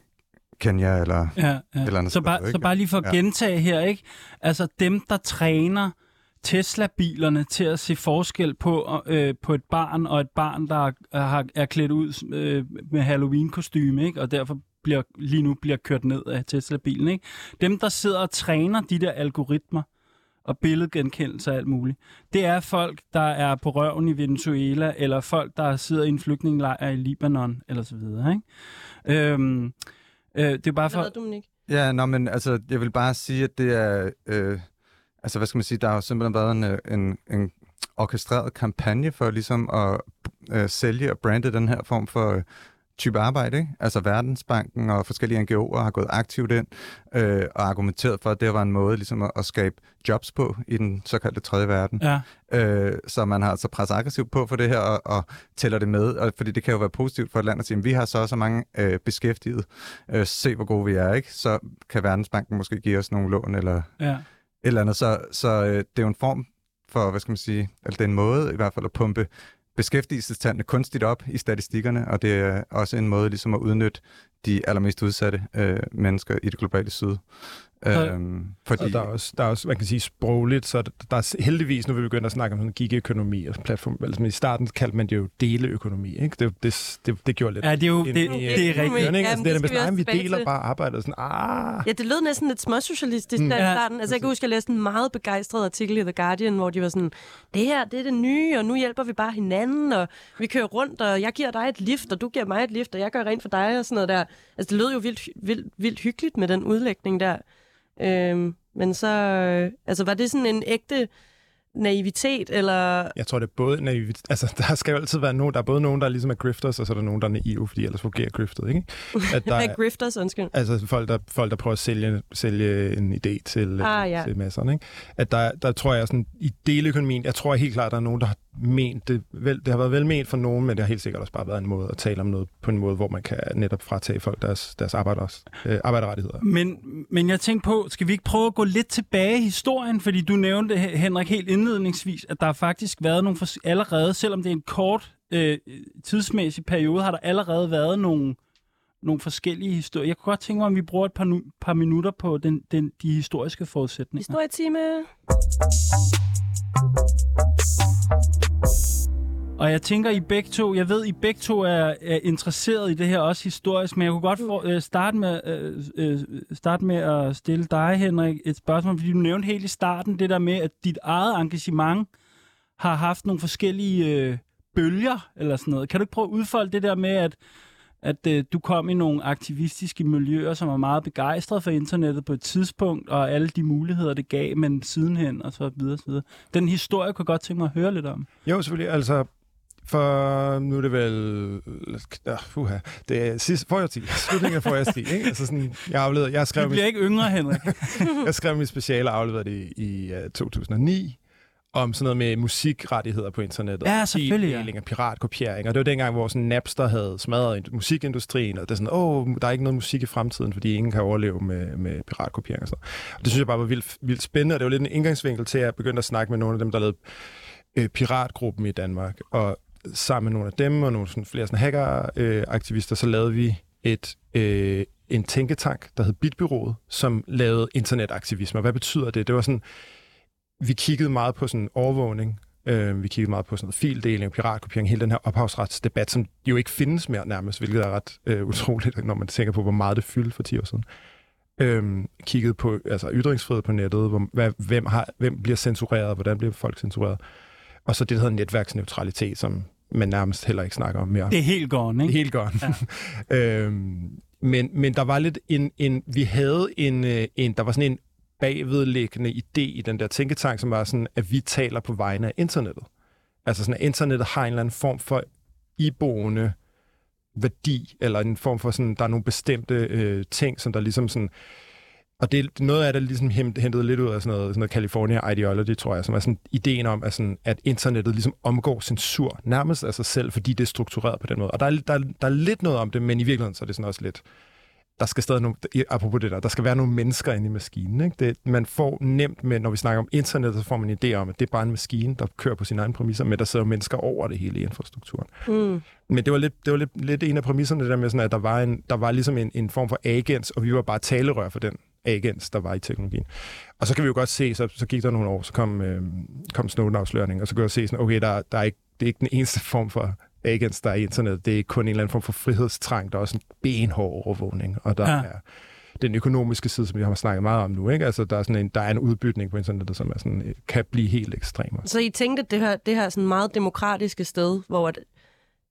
Kenya eller ja, ja. et eller andet. Så, bare, så bare lige for at gentage her, ikke? Altså dem, der træner Tesla-bilerne til at se forskel på, øh, på et barn og et barn, der er, er klædt ud øh, med Halloween-kostyme, ikke? Og derfor bliver, lige nu bliver kørt ned af Tesla-bilen. Ikke? Dem, der sidder og træner de der algoritmer og billedgenkendelse og alt muligt, det er folk, der er på røven i Venezuela, eller folk, der sidder i en flygtningelejr i Libanon, eller så videre. Ikke? Øhm, Øh, det er bare for... Hvad, Dominik? Ja, nå, men altså, jeg vil bare sige, at det er... Øh, altså, hvad skal man sige? Der har jo simpelthen været en, en, en orkestreret kampagne for ligesom at øh, sælge og brande den her form for type arbejde, ikke? Altså Verdensbanken og forskellige N G O'er har gået aktivt ind øh, og argumenteret for, at det var en måde ligesom at, at skabe jobs på i den såkaldte tredje verden. Ja. Øh, så man har altså presset aggressivt på for det her og, og tæller det med, og, fordi det kan jo være positivt for et land at sige, at vi har så så mange øh, beskæftiget. Øh, se, hvor gode vi er, ikke? Så kan Verdensbanken måske give os nogle lån eller ja. et eller andet. Så, så øh, det er jo en form for, hvad skal man sige, altså det er en måde i hvert fald at pumpe beskæftigelsestallene kunstigt op i statistikkerne, og det er også en måde ligesom at udnytte de allermest udsatte øh, mennesker i det globale syd. Øhm, fordi... Og der er, også, der er også, man kan sige, sprogligt, så der, der er heldigvis, nu vil vi begynde at snakke om sådan gig-økonomi og platform, altså i starten kaldte man det jo deleøkonomi, ikke? Det, det, det, det gjorde lidt... Ja, det er jo, det, det, det er rigtigt. Ikke? Altså, det er det der med, vi deler til. bare arbejdet, sådan, ah... Ja, det lød næsten lidt småsocialistisk Mm. der i Ja. starten. Altså, jeg kan huske, at jeg læste en meget begejstret artikel i The Guardian, hvor de var sådan, det her, det er det nye, og nu hjælper vi bare hinanden, og vi kører rundt, og jeg giver dig et lift, og du giver mig et lift, og jeg gør rent for dig, og sådan noget der. Altså, det lød jo vildt, vildt, vildt hyggeligt med den udlægning der. Øhm, men så, øh, altså var det sådan en ægte naivitet, eller... Jeg tror, det er både naivitet. Altså, der skal jo altid være nogen, der er både nogen, der ligesom er grifters, og så er der nogen, der er naive, fordi ellers fungerer griftet, ikke? At der Hvad er grifters, undskyld? Altså folk der, folk, der prøver at sælge, sælge en idé til, Ah, ja. til masserne, ikke? At der, der tror jeg sådan, i deleøkonomien, jeg tror helt klart, der er nogen, der har ment det, vel, det har været velment for nogen, men det har helt sikkert også bare været en måde at tale om noget, på en måde, hvor man kan netop fratage folk deres, deres arbejders, øh, arbejderrettigheder. Men, men jeg tænkte på, skal vi ikke prøve at gå lidt tilbage i historien? Fordi du nævnte, Henrik, helt indledningsvis, at der har faktisk været nogle fors- allerede, selvom det er en kort øh, tidsmæssig periode, har der allerede været nogle, nogle forskellige historier. Jeg kunne godt tænke mig, om vi bruger et par, nu, par minutter på den, den, de historiske forudsætninger. Historietime. Og jeg tænker, I begge to, jeg ved, I begge to er, er interesseret i det her også historisk, men jeg kunne godt for, øh, starte, med, øh, øh, starte med at stille dig, Henrik, et spørgsmål, fordi du nævnte helt i starten det der med, at dit eget engagement har haft nogle forskellige øh, bølger, eller sådan noget. Kan du ikke prøve at udfolde det der med, at, at øh, du kom i nogle aktivistiske miljøer, som var meget begejstret for internettet på et tidspunkt, og alle de muligheder, det gav, men sidenhen, og så videre, så videre. Den historie kunne jeg godt tænke mig at høre lidt om. Jo, selvfølgelig. Altså, for nu er det vel... Uh, fuha, det er sidste forrige årti. Slutningen af forrige årti, ikke? Altså sådan, jeg har afleveret... Jeg skrev Du bliver mit, ikke yngre, Henrik. jeg skrev mit speciale og afleverede det i, i uh, to tusind og ni, om sådan noget med musikrettigheder på internettet. Ja, selvfølgelig, ja. Fildeling og piratkopiering. Og det var dengang, hvor sådan Napster havde smadret musikindustrien, og det er sådan, åh, der er ikke noget musik i fremtiden, fordi ingen kan overleve med, med piratkopiering og sådan noget. Og det synes jeg bare var vildt, vildt spændende, og det var lidt en indgangsvinkel til, at jeg begyndte at snakke med nogle af dem, der lavede øh, piratgruppen i Danmark. Og sammen med nogle af dem, og nogle sådan, flere sådan hacker-aktivister, øh, så lavede vi et... Øh, en tænketank, der hed Bitbureauet, som lavede internetaktivisme. Hvad betyder det? Det var sådan, vi kiggede meget på sådan overvågning, øh, vi kiggede meget på sådan noget fildeling, piratkopiering, hele den her ophavsretsdebat, som jo ikke findes mere nærmest, hvilket er ret øh, utroligt, når man tænker på, hvor meget det fyldte for ti år siden. Øh, kiggede på altså, ytringsfrihed på nettet, hvor, hvad, hvem, har, hvem bliver censureret, hvordan bliver folk censureret, og så det, der hedder netværksneutralitet, som man nærmest heller ikke snakker om mere. Det er helt gone, ikke? Helt gone. Ja. øhm, men, men der var lidt en, en vi havde en, en, der var sådan en bagvedliggende idé i den der tænketank, som var sådan, at vi taler på vegne af internettet. Altså sådan, at internettet har en eller anden form for iboende værdi, eller en form for sådan, der er nogle bestemte øh, ting, som der ligesom sådan, og det, noget af det ligesom hentet lidt ud af sådan noget, sådan noget California ideology, tror jeg, som er sådan ideen om, at, sådan, at internettet ligesom omgår censur nærmest af sig selv, fordi det er struktureret på den måde. Og der er, der, der er lidt noget om det, men i virkeligheden så er det sådan også lidt, der skal stadig nogle, apropos det der, der skal være nogle mennesker inde i maskinen. Ikke? Det, man får nemt med, når vi snakker om internet, så får man en idé om, at det er bare en maskine, der kører på sine egne præmisser, men der sidder mennesker over det hele i infrastrukturen. Mm. Men det var, lidt, det var lidt, lidt en af præmisserne, det der med, sådan, at der var, en, der var ligesom en, en form for agens, og vi var bare talerør for den agens, der var i teknologien. Og så kan vi jo godt se, så, så gik der nogle år, så kom, øh, kom Snowden-afsløringen, og så kan vi jo se, sådan, okay, der, der er ikke, det er ikke den eneste form for agens, der er i internet. Det er kun en eller anden form for frihedstrang. Der er også en benhård overvågning, og der ja. er den økonomiske side, som vi har snakket meget om nu. Ikke? Altså, der er sådan en, der er en udbytning på internettet, som er sådan, kan blive helt ekstrem. Så I tænkte, at det her, det her sådan meget demokratiske sted, hvor at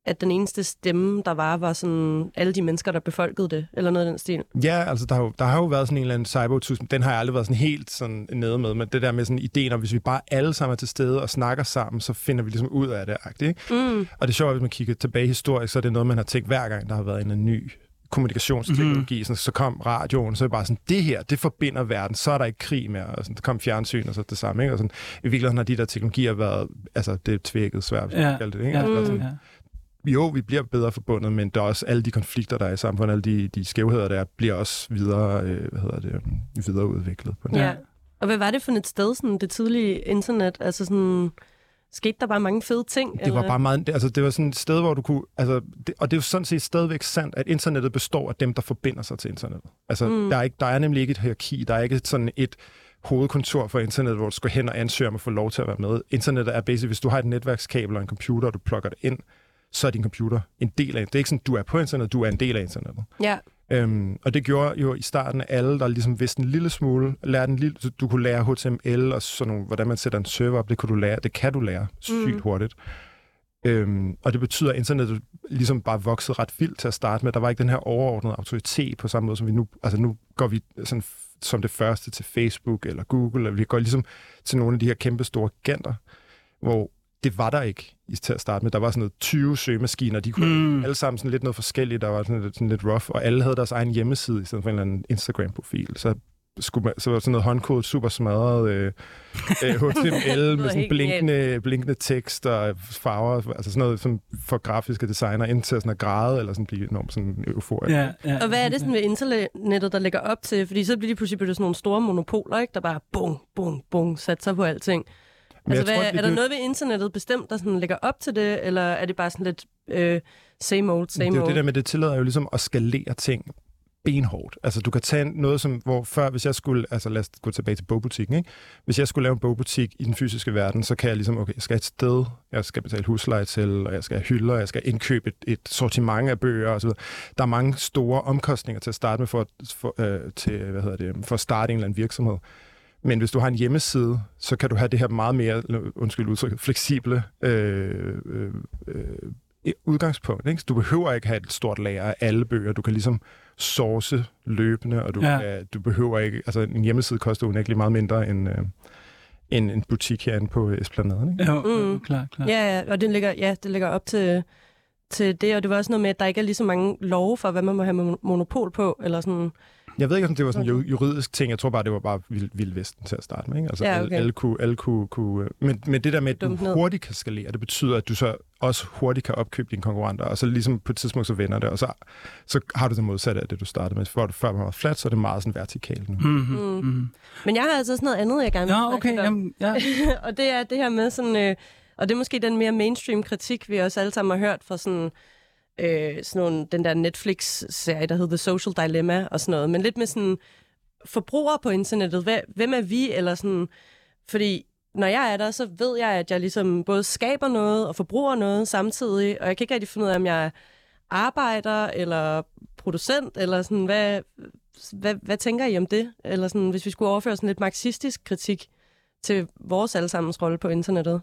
at den eneste stemme, der var, var sådan alle de mennesker, der befolkede det, eller noget af den stil? Ja, altså der har, jo, der har jo været sådan en eller anden cyberautisme, den har jeg aldrig været sådan helt sådan nede med, men det der med sådan ideen om, hvis vi bare alle sammen er til stede og snakker sammen, så finder vi ligesom ud af det, ikke? Mm. Og det er sjovt, hvis man kigger tilbage historisk, så er det noget, man har tænkt hver gang, der har været en ny kommunikationsteknologi, mm. sådan, så kom radioen, så er det bare sådan, det her, det forbinder verden, så er der ikke krig mere, og sådan, der kom fjernsyn, og så det samme, ikke? Og sådan, i virkeligheden har de der teknologier været, altså det er tvækket svært, ja. det, ikke? Ja. Altså, sådan, jo, vi bliver bedre forbundet, men der er også alle de konflikter, der er i samfundet, alle de, de skævheder, der er, bliver også videre, øh, hvad hedder det, videreudviklet på det. Ja. Og hvad var det for et sted, sådan det tidlige internet, altså sådan... Skete der bare mange fede ting? Det var eller? bare meget... Altså, det var sådan et sted, hvor du kunne... Altså, det, og det er jo sådan set stadigvæk sandt, at internettet består af dem, der forbinder sig til internettet. Altså, mm. der, er ikke, der er nemlig ikke et hierarki. Der er ikke sådan et hovedkontor for internettet, hvor du skal hen og ansøge om at få lov til at være med. Internettet er basic, hvis du har et netværkskabel og en computer, og du plukker det ind, så er din computer en del af det. Det er ikke sådan, du er på internettet, du er en del af internettet. Ja. Øhm, og det gjorde jo i starten alle, der ligesom vidste en lille smule, lærte en lille, du kunne lære H T M L og sådan nogle, hvordan man sætter en server op, det kunne du lære, det kan du lære sygt mm. hurtigt. Øhm, og det betyder, at internettet ligesom bare voksede ret vildt til at starte med. Der var ikke den her overordnede autoritet på samme måde, som vi nu, altså nu går vi sådan som det første til Facebook eller Google, eller vi går ligesom til nogle af de her kæmpe store giganter, hvor det var der ikke til at starte med. Der var sådan noget tyve søgemaskiner, de kunne mm. alle sammen sådan lidt noget forskelligt, der var sådan lidt, sådan lidt rough, og alle havde deres egen hjemmeside i stedet for en eller anden Instagram-profil. Så, skulle man, så var der sådan noget håndkodet, super smadret øh, øh, H T M L med sådan blinkende, blinkende tekst og farver, altså sådan noget som for grafiske designer, indtil sådan at græde, eller sådan blive enormt sådan euforisk. Ja, ja. Og hvad er det sådan ved internettet, der lægger op til? Fordi så bliver de pludselig sådan nogle store monopoler, ikke? Der bare bung, bung, bung, sat sig på alting. Men altså, hvad, tror, er der noget ved internettet bestemt, der sådan lægger op til det, eller er det bare sådan lidt øh, same old, same old? Det er jo det der med, det tillader jo ligesom at skalere ting benhårdt. Altså, du kan tage noget som, hvor før, hvis jeg skulle, altså lad os gå tilbage til bogbutikken, ikke? Hvis jeg skulle lave en bogbutik i den fysiske verden, så kan jeg ligesom, okay, jeg skal have et sted, jeg skal betale husleje til, og jeg skal have hylder, jeg skal indkøbe et, et sortiment af bøger og så videre. Der er mange store omkostninger til at starte med for, for, øh, til, hvad hedder det, for at starte en eller anden virksomhed. Men hvis du har en hjemmeside, så kan du have det her meget mere, undskyld udtryk, fleksible øh, øh, øh, udgangspunkt. Ikke? Du behøver ikke have et stort lager af alle bøger. Du kan ligesom source løbende, og du, ja. kan, du behøver ikke... Altså, en hjemmeside koster unægteligt meget mindre end, øh, end en butik herinde på Esplanaden. Ikke? Jo, mm. klar, klar. Ja, ja, og det ligger, ja, det ligger op til, til det, og det var også noget med, at der ikke er lige så mange love for, hvad man må have monopol på, eller sådan... Jeg ved ikke, om det var sådan en juridisk ting. Jeg tror bare, det var bare vild, vild vesten til at starte med. Ikke? Altså, ja, okay. alle, alle kunne... Alle kunne, kunne men, men det der med, at du hurtigt kan skalere, det betyder, at du så også hurtigt kan opkøbe dine konkurrenter, og så ligesom på et tidspunkt så vender det, og så, så har du det modsatte af det, du startede med. For før man var flat, så er det meget sådan vertikalt nu. Mm-hmm. Mm. Mm. Men jeg har altså sådan noget andet, jeg gerne vil ja, okay, jamen, ja. Og det er det her med sådan... Øh, og det er måske den mere mainstream kritik, vi også alle sammen har hørt fra sådan... Øh, sådan nogle, den der Netflix-serie, der hedder The Social Dilemma og sådan noget, men lidt med sådan forbrugere på internettet. Hvad, hvem er vi? Eller sådan, fordi når jeg er der, så ved jeg, at jeg ligesom både skaber noget og forbruger noget samtidig, og jeg kan ikke rigtig finde ud af, om jeg er arbejder eller producent, eller sådan, hvad, hvad, hvad tænker I om det? Eller sådan, hvis vi skulle overføre sådan lidt marxistisk kritik til vores allesammens rolle på internettet.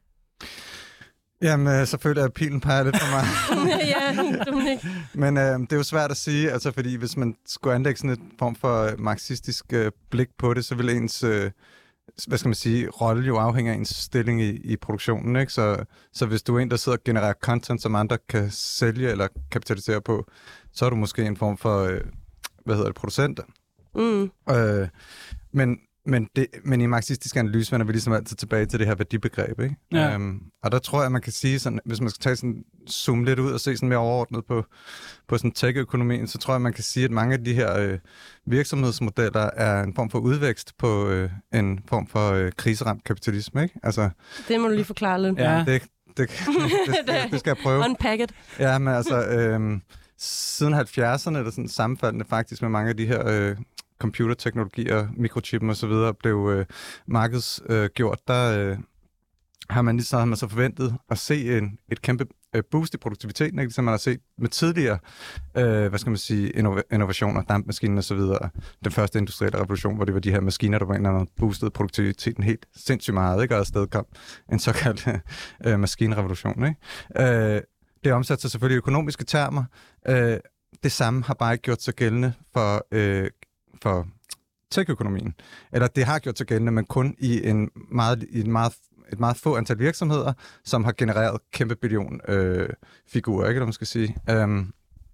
Jamen, selvfølgelig er pilen peger lidt for mig. Ja, Dominik. Men øh, det er jo svært at sige, altså fordi hvis man skulle anlægge sådan et form for marxistisk øh, blik på det, så vil ens, øh, hvad skal man sige, rolle jo afhænge af ens stilling i, i produktionen, ikke? Så, så hvis du er en, der sidder og genererer content, som andre kan sælge eller kapitalisere på, så er du måske en form for, øh, hvad hedder det, producent. Mm. Øh, men Men, det, men i marxistisk analyse vender vi ligesom altid tilbage til det her værdibegreb, ikke? Ja. Um, og der tror jeg, man kan sige, sådan, hvis man skal tage sådan, zoome lidt ud og se sådan mere overordnet på, på sådan tech-økonomien, så tror jeg, man kan sige, at mange af de her øh, virksomhedsmodeller er en form for udvækst på øh, en form for øh, kriseramt kapitalisme, ikke? Altså, det må du lige forklare lidt. Ja, det, det, det, det, skal, det skal jeg prøve. Unpack it. Ja, men altså, øh, siden halvfjerdserne er der sådan sammenfaldende faktisk med mange af de her... Øh, computerteknologier, mikrochippen og så videre blev øh, markedsgjort, øh, der øh, har man lige så, har man så forventet at se en, et kæmpe øh, boost i produktiviteten, ikke? Som man har set med tidligere, øh, hvad skal man sige, innov- innovationer, dampmaskiner og så videre. Den første industrielle revolution, hvor det var de her maskiner, der var en eller anden boostede produktiviteten helt sindssygt meget, ikke? Og afsted kom en såkaldt øh, maskinrevolution, ikke? Øh, det omsætter sig selvfølgelig i økonomiske termer. Øh, det samme har bare ikke gjort sig gældende for, øh, for tech-økonomien. Eller det har gjort sig gældende, men kun i en meget, i en meget et meget få antal virksomheder, som har genereret kæmpe billion øh, figurer, ikke, eller man skal sige. Um,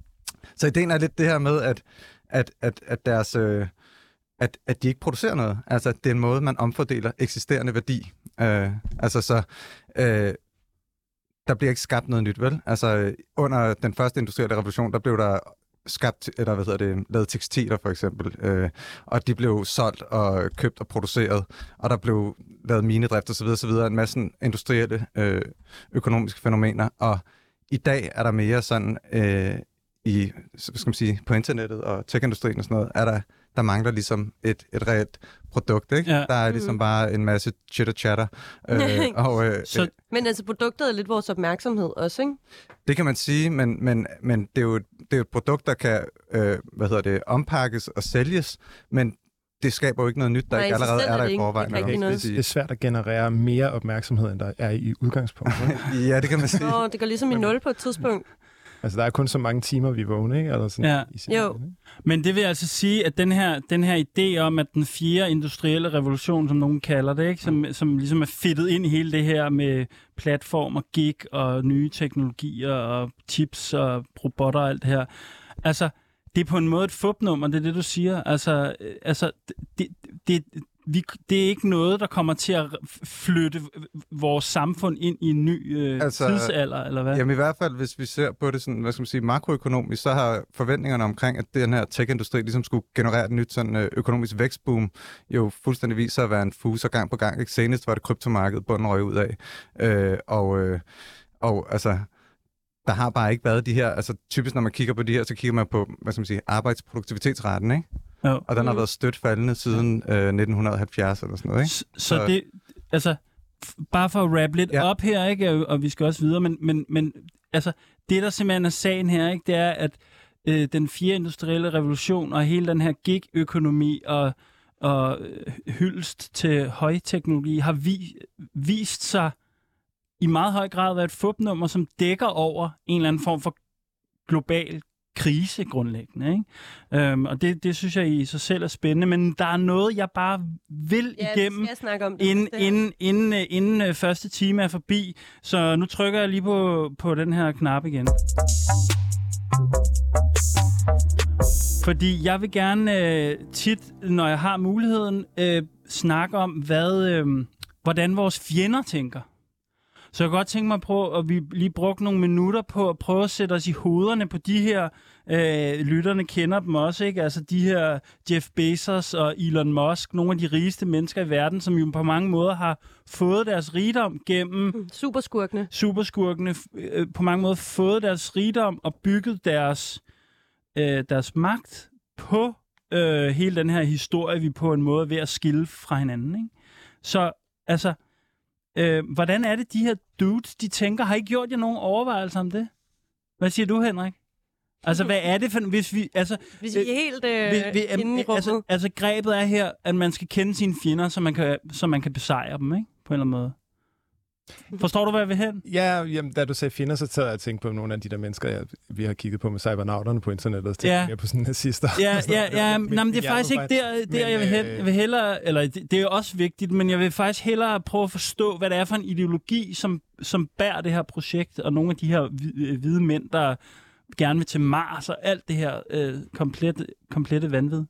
så ideen er lidt det her med, at, at, at, at, deres, øh, at, at de ikke producerer noget. Altså, det er en måde, man omfordeler eksisterende værdi. Uh, altså, så øh, der bliver ikke skabt noget nyt, vel? Altså, under den første industrielle revolution, der blev der skabt, eller hvad hedder det, lavet tekstiler for eksempel, øh, og de blev solgt og købt og produceret, og der blev lavet minedrift og så videre, så videre, en masse industrielle øh, økonomiske fænomener, og i dag er der mere sådan øh, i, hvad skal man sige, på internettet og tech-industrien og sådan noget, er der, der mangler ligesom et, et reelt produkt, ikke? Ja. Der er ligesom mm. bare en masse chitter-chatter. Øh, og, øh, så... Men altså, produktet er lidt vores opmærksomhed også, ikke? Det kan man sige, men, men, men det, er jo, det er jo et produkt, der kan øh, hvad hedder det, ompakkes og sælges, men det skaber jo ikke noget nyt, der Nej, ikke allerede er der i forvejen. Det, det, det er svært at generere mere opmærksomhed, end der er i udgangspunktet. Ja, det kan man sige. Nå, det går ligesom i nul på et tidspunkt. Altså, der er kun så mange timer, vi vågner, ikke? Eller sådan, ja. i jo. Ikke? Men det vil altså sige, at den her, den her idé om, at den fjerde industrielle revolution, som nogen kalder det, ikke? Som, som ligesom er fedtet ind i hele det her med platformer, gig og nye teknologier og chips og robotter og alt det her. Altså, det er på en måde et fupnummer, det er det, du siger. Altså, altså det, det, vi, det er ikke noget, der kommer til at flytte vores samfund ind i en ny øh, altså, tidsalder, eller hvad? Jamen i hvert fald, hvis vi ser på det sådan, hvad skal man sige, makroøkonomisk, så har forventningerne omkring, at den her tech-industri ligesom skulle generere et nyt sådan, øh, økonomisk vækstboom, jo fuldstændig viser at være en fuser gang på gang. Ikke? Senest var det kryptomarkedet, bunden røg ud af. Øh, og, øh, og altså... Der har bare ikke været de her, altså typisk når man kigger på de her, så kigger man på, hvad skal man sige, arbejdsproduktivitetsraten, ikke? Jo. Og den har været stødt faldende siden øh, nitten halvfjerds eller sådan noget, ikke? Så, så det, altså, bare for at wrap lidt ja. op her, ikke? Og vi skal også videre, men, men, men altså, det der simpelthen er sagen her, ikke? Det er, at øh, den fjerde industrielle revolution og hele den her gig-økonomi og, og hyldest til højteknologi har vi, vist sig i meget høj grad været et fupnummer, som dækker over en eller anden form for global krise grundlæggende. Ikke? Øhm, og det, det synes jeg i sig selv er spændende, men der er noget, jeg bare vil ja, igennem, om det, inden, inden, inden, inden, inden første time er forbi. Så nu trykker jeg lige på, på den her knap igen. Fordi jeg vil gerne øh, tit, når jeg har muligheden, øh, snakke om, hvad, øh, hvordan vores fjender tænker. Så jeg kan godt tænke mig at prøve, at vi lige brugte nogle minutter på at prøve at sætte os i hovederne på de her, øh, lytterne kender dem også, ikke? Altså de her Jeff Bezos og Elon Musk, nogle af de rigeste mennesker i verden, som jo på mange måder har fået deres rigdom gennem... Superskurkene. Superskurkene, øh, på mange måder fået deres rigdom og bygget deres, øh, deres magt på øh, hele den her historie, vi er på en måde ved at skille fra hinanden, ikke? Så altså... Øh, hvordan er det, de her dudes, de tænker? Har I gjort jer nogen overvejelser om det? Hvad siger du, Henrik? Altså, hvad er det for... Hvis vi, altså, hvis vi er helt øh, hvis, vi, inde i rummet. Altså, altså, grebet er her, at man skal kende sine fjender, så man kan, så man kan besejre dem, ikke? På en eller anden måde. Forstår du, hvad jeg vil hen? Ja, jamen, da du sagde fjender, så tager jeg at tænke på nogle af de der mennesker, jeg, vi har kigget på med cybernauterne på internettet, og ja. mere på sådan nazister. Ja, ja, ja. Men, nej, men det er faktisk ikke der, der men, jeg vil hen. Jeg vil hellere, eller det, det er også vigtigt, men jeg vil faktisk hellere prøve at forstå, hvad det er for en ideologi, som, som bærer det her projekt, og nogle af de her hvide mænd, der gerne vil til Mars, og alt det her øh, komplette, komplette vanvid.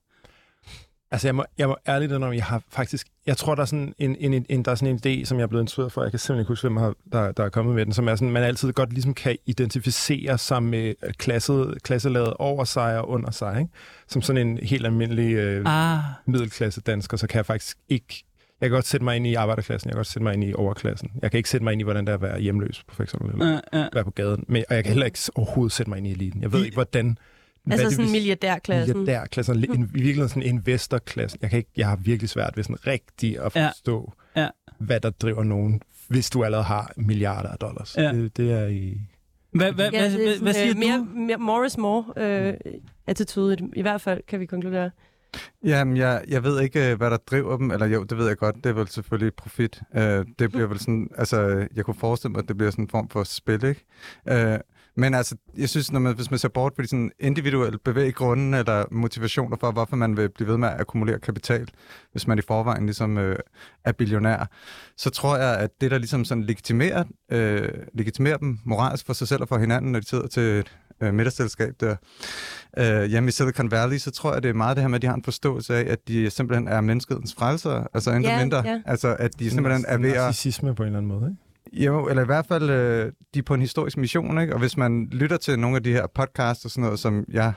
Altså, jeg må, jeg må ærligt indrømme, jeg har faktisk... Jeg tror, der er sådan en, en, en, der er sådan en idé, som jeg er blevet instrueret for. Jeg kan simpelthen ikke huske, hvem har, der, der er kommet med den, som er sådan, man altid godt ligesom kan identificere sig med klasset, klasselaget over sig og under sig, ikke? Som sådan en helt almindelig øh, ah. middelklasse dansker, så kan jeg faktisk ikke... Jeg kan godt sætte mig ind i arbejderklassen, jeg kan godt sætte mig ind i overklassen. Jeg kan ikke sætte mig ind i, hvordan det er at være hjemløs, for eksempel, eller uh, uh. være på gaden. Men, og jeg kan heller ikke overhovedet sætte mig ind i eliten. Jeg ved ikke, hvordan... Altså det, sådan milliardærklassen. Milliardærklassen, en, virkelig sådan en investorklassen. Jeg, kan ikke, jeg har virkelig svært ved sådan rigtig at forstå, ja. Ja. hvad der driver nogen, hvis du allerede har milliarder af dollars. Ja. Det, det er i... Hvad, hvad, ja, hvad, hvad siger mere, du? Mere, more is more øh, attitude, i hvert fald kan vi konkludere. Jamen, jeg, jeg ved ikke, hvad der driver dem, eller jo, det ved jeg godt, det er vel selvfølgelig profit. Uh, det bliver vel sådan, altså, jeg kunne forestille mig, at det bliver sådan en form for spil, ikke? Uh, Men altså, jeg synes, når man, hvis man ser bort på de sådan individuelle bevæggrunde eller motivationer for, hvorfor man vil blive ved med at akkumulere kapital, hvis man i forvejen ligesom øh, er billionær, så tror jeg, at det, der ligesom sådan legitimerer, øh, legitimerer dem moralsk for sig selv og for hinanden, når de sidder til et øh, middagsselskab der øh, hjemme i Silicon Valley, så tror jeg, det er meget det her med, at de har en forståelse af, at de simpelthen er menneskets frelsere, altså endda Ja, mindre. ja. Altså, at de simpelthen er ved at... Narcissisme på en eller anden måde, ikke? Jo, eller i hvert fald, øh, de er på en historisk mission, ikke? Og hvis man lytter til nogle af de her podcasts og sådan noget, som jeg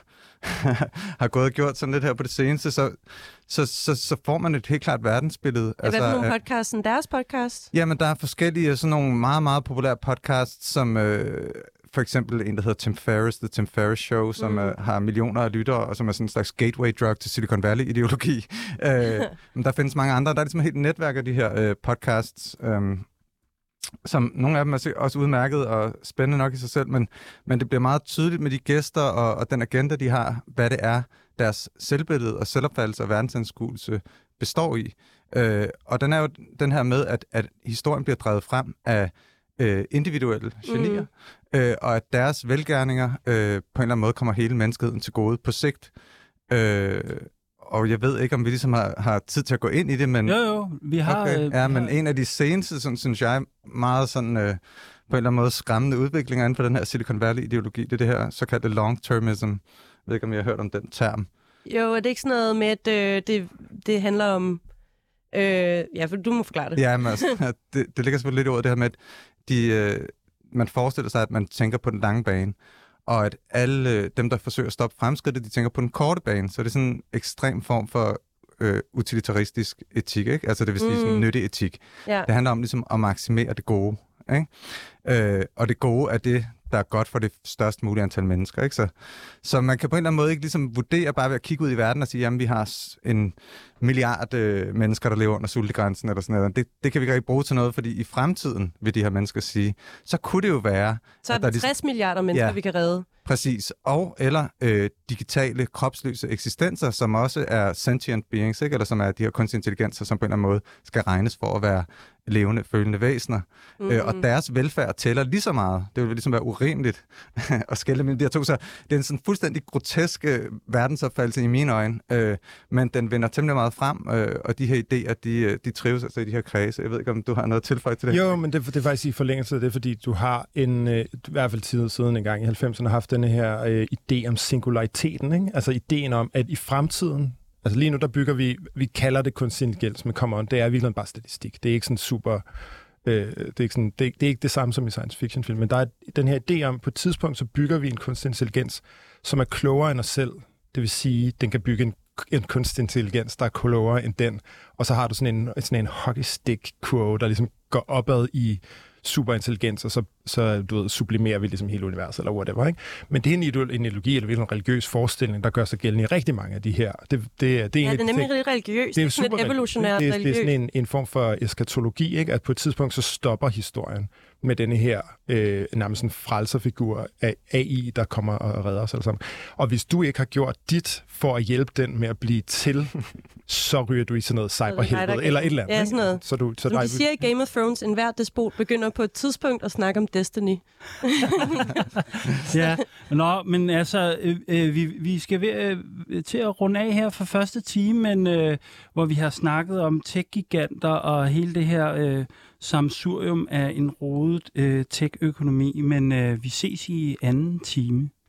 har gået og gjort sådan lidt her på det seneste, så, så, så, så får man et helt klart verdensbillede. Ja, hvad for nogle podcasts? Sådan deres podcast? Jamen, der er forskellige sådan nogle meget, meget populære podcasts, som øh, for eksempel en, der hedder Tim Ferriss, The Tim Ferriss Show, som mm. øh, har millioner af lyttere, og som er sådan en slags gateway drug til Silicon Valley-ideologi. øh, men der findes mange andre. Der er ligesom et helt netværk af de her øh, podcasts, øh, som nogle af dem er også udmærket og spændende nok i sig selv, men, men det bliver meget tydeligt med de gæster og, og den agenda, de har, hvad det er, deres selvbillede og selvopfattelse og verdensanskuelse består i. Øh, og den er jo den her med, at, at historien bliver drevet frem af øh, individuelle genier, mm. øh, og at deres velgerninger øh, på en eller anden måde kommer hele menneskeheden til gode på sigt. Øh, Og jeg ved ikke, om vi ligesom har, har tid til at gå ind i det, men... Jo, jo, vi har... Okay. Øh, ja, vi men har... en af de seneste, sådan, synes jeg, meget sådan, øh, på en eller anden måde skræmmende udviklinger inden for den her Silicon Valley-ideologi, det er det her såkaldte long-termism. Jeg ved ikke, om I har hørt om den term. Jo, er det ikke sådan noget med, at øh, det, det handler om... Øh, ja, for du må forklare det. Ja, men altså, det, det ligger selvfølgelig lidt over det her med, at de, øh, man forestiller sig, at man tænker på den lange bane, og at alle øh, dem, der forsøger at stoppe fremskridtet, de tænker på den korte bane. Så det er sådan en ekstrem form for øh, utilitaristisk etik, ikke? Altså det vil sige mm. sådan nyttig etik. Ja. Det handler om ligesom at maksimere det gode, ikke? Øh, og det gode er det, der er godt for det størst mulige antal mennesker, ikke? Så, så man kan på en eller anden måde ikke ligesom vurdere bare ved at kigge ud i verden og sige, jamen vi har en milliard øh, mennesker, der lever under sultegrænsen eller sådan noget. Det, det kan vi ikke rigtig bruge til noget, fordi i fremtiden, vil de her mennesker sige, så kunne det jo være... Så er der tres ligesom, milliarder mennesker, ja, vi kan redde. Præcis. Og eller øh, digitale, kropsløse eksistenser, som også er sentient beings, ikke? Eller som er de her kunstig intelligenser, som på en eller anden måde skal regnes for at være levende, følende væsener. Mm. Øh, og deres velfærd tæller lige så meget. Det vil ligesom være urimeligt at skælde mellem de her to. Så det er en sådan fuldstændig grotesk øh, verdensopfattelse i mine øjne. Øh, men den vender temmelig meget frem, øh, og de her idéer, de, de trives altså i de her kredse. Jeg ved ikke, om du har noget tilføjet til det? Jo, men det, det er faktisk i forlængelse af det, fordi du har en, øh, i hvert fald tid siden en gang i halvfemserne, haft denne her øh, idé om singulariteten, ikke? Altså ideen om, at i fremtiden, altså lige nu, der bygger vi, vi kalder det kunstig intelligens, men come on, det er virkelig bare statistik. Det er ikke sådan super, øh, det, er ikke sådan, det, det er ikke det samme som i science fiction film, men der er den her idé om, på et tidspunkt, så bygger vi en kunstig intelligens, som er klogere end os selv. Det vil sige, den kan bygge en, en kunstig intelligens, der er klogere end den, og så har du sådan en, sådan en hockey stick kurve, der ligesom går opad i superintelligens, og så, så du ved, sublimerer vi ligesom hele universet, eller whatever, ikke? Men det er en ideologi, eller en religiøs forestilling, der gør sig gældende i rigtig mange af de her. Det, det, det er, ja, det er nemlig det, religiøst. Det er sådan et evolutionært religiøst. Det er sådan en, en form for eskatologi, ikke? At på et tidspunkt, så stopper historien med denne her øh, nærmest en frelserfigur af A I, der kommer og redder os alle sammen. Og hvis du ikke har gjort dit for at hjælpe den med at blive til, så ryger du i sådan noget cyberhelvede, eller et eller andet. Ja, sådan noget. Så du, så du, de siger i Game of Thrones, en hver despot begynder på et tidspunkt at snakke om Destiny. Ja, nå, men altså, øh, øh, vi, vi skal ved, øh, til at runde af her for første time, men øh, hvor vi har snakket om tech-giganter og hele det her øh, samsurium af en rodet øh, tech-økonomi, men øh, vi ses i anden time.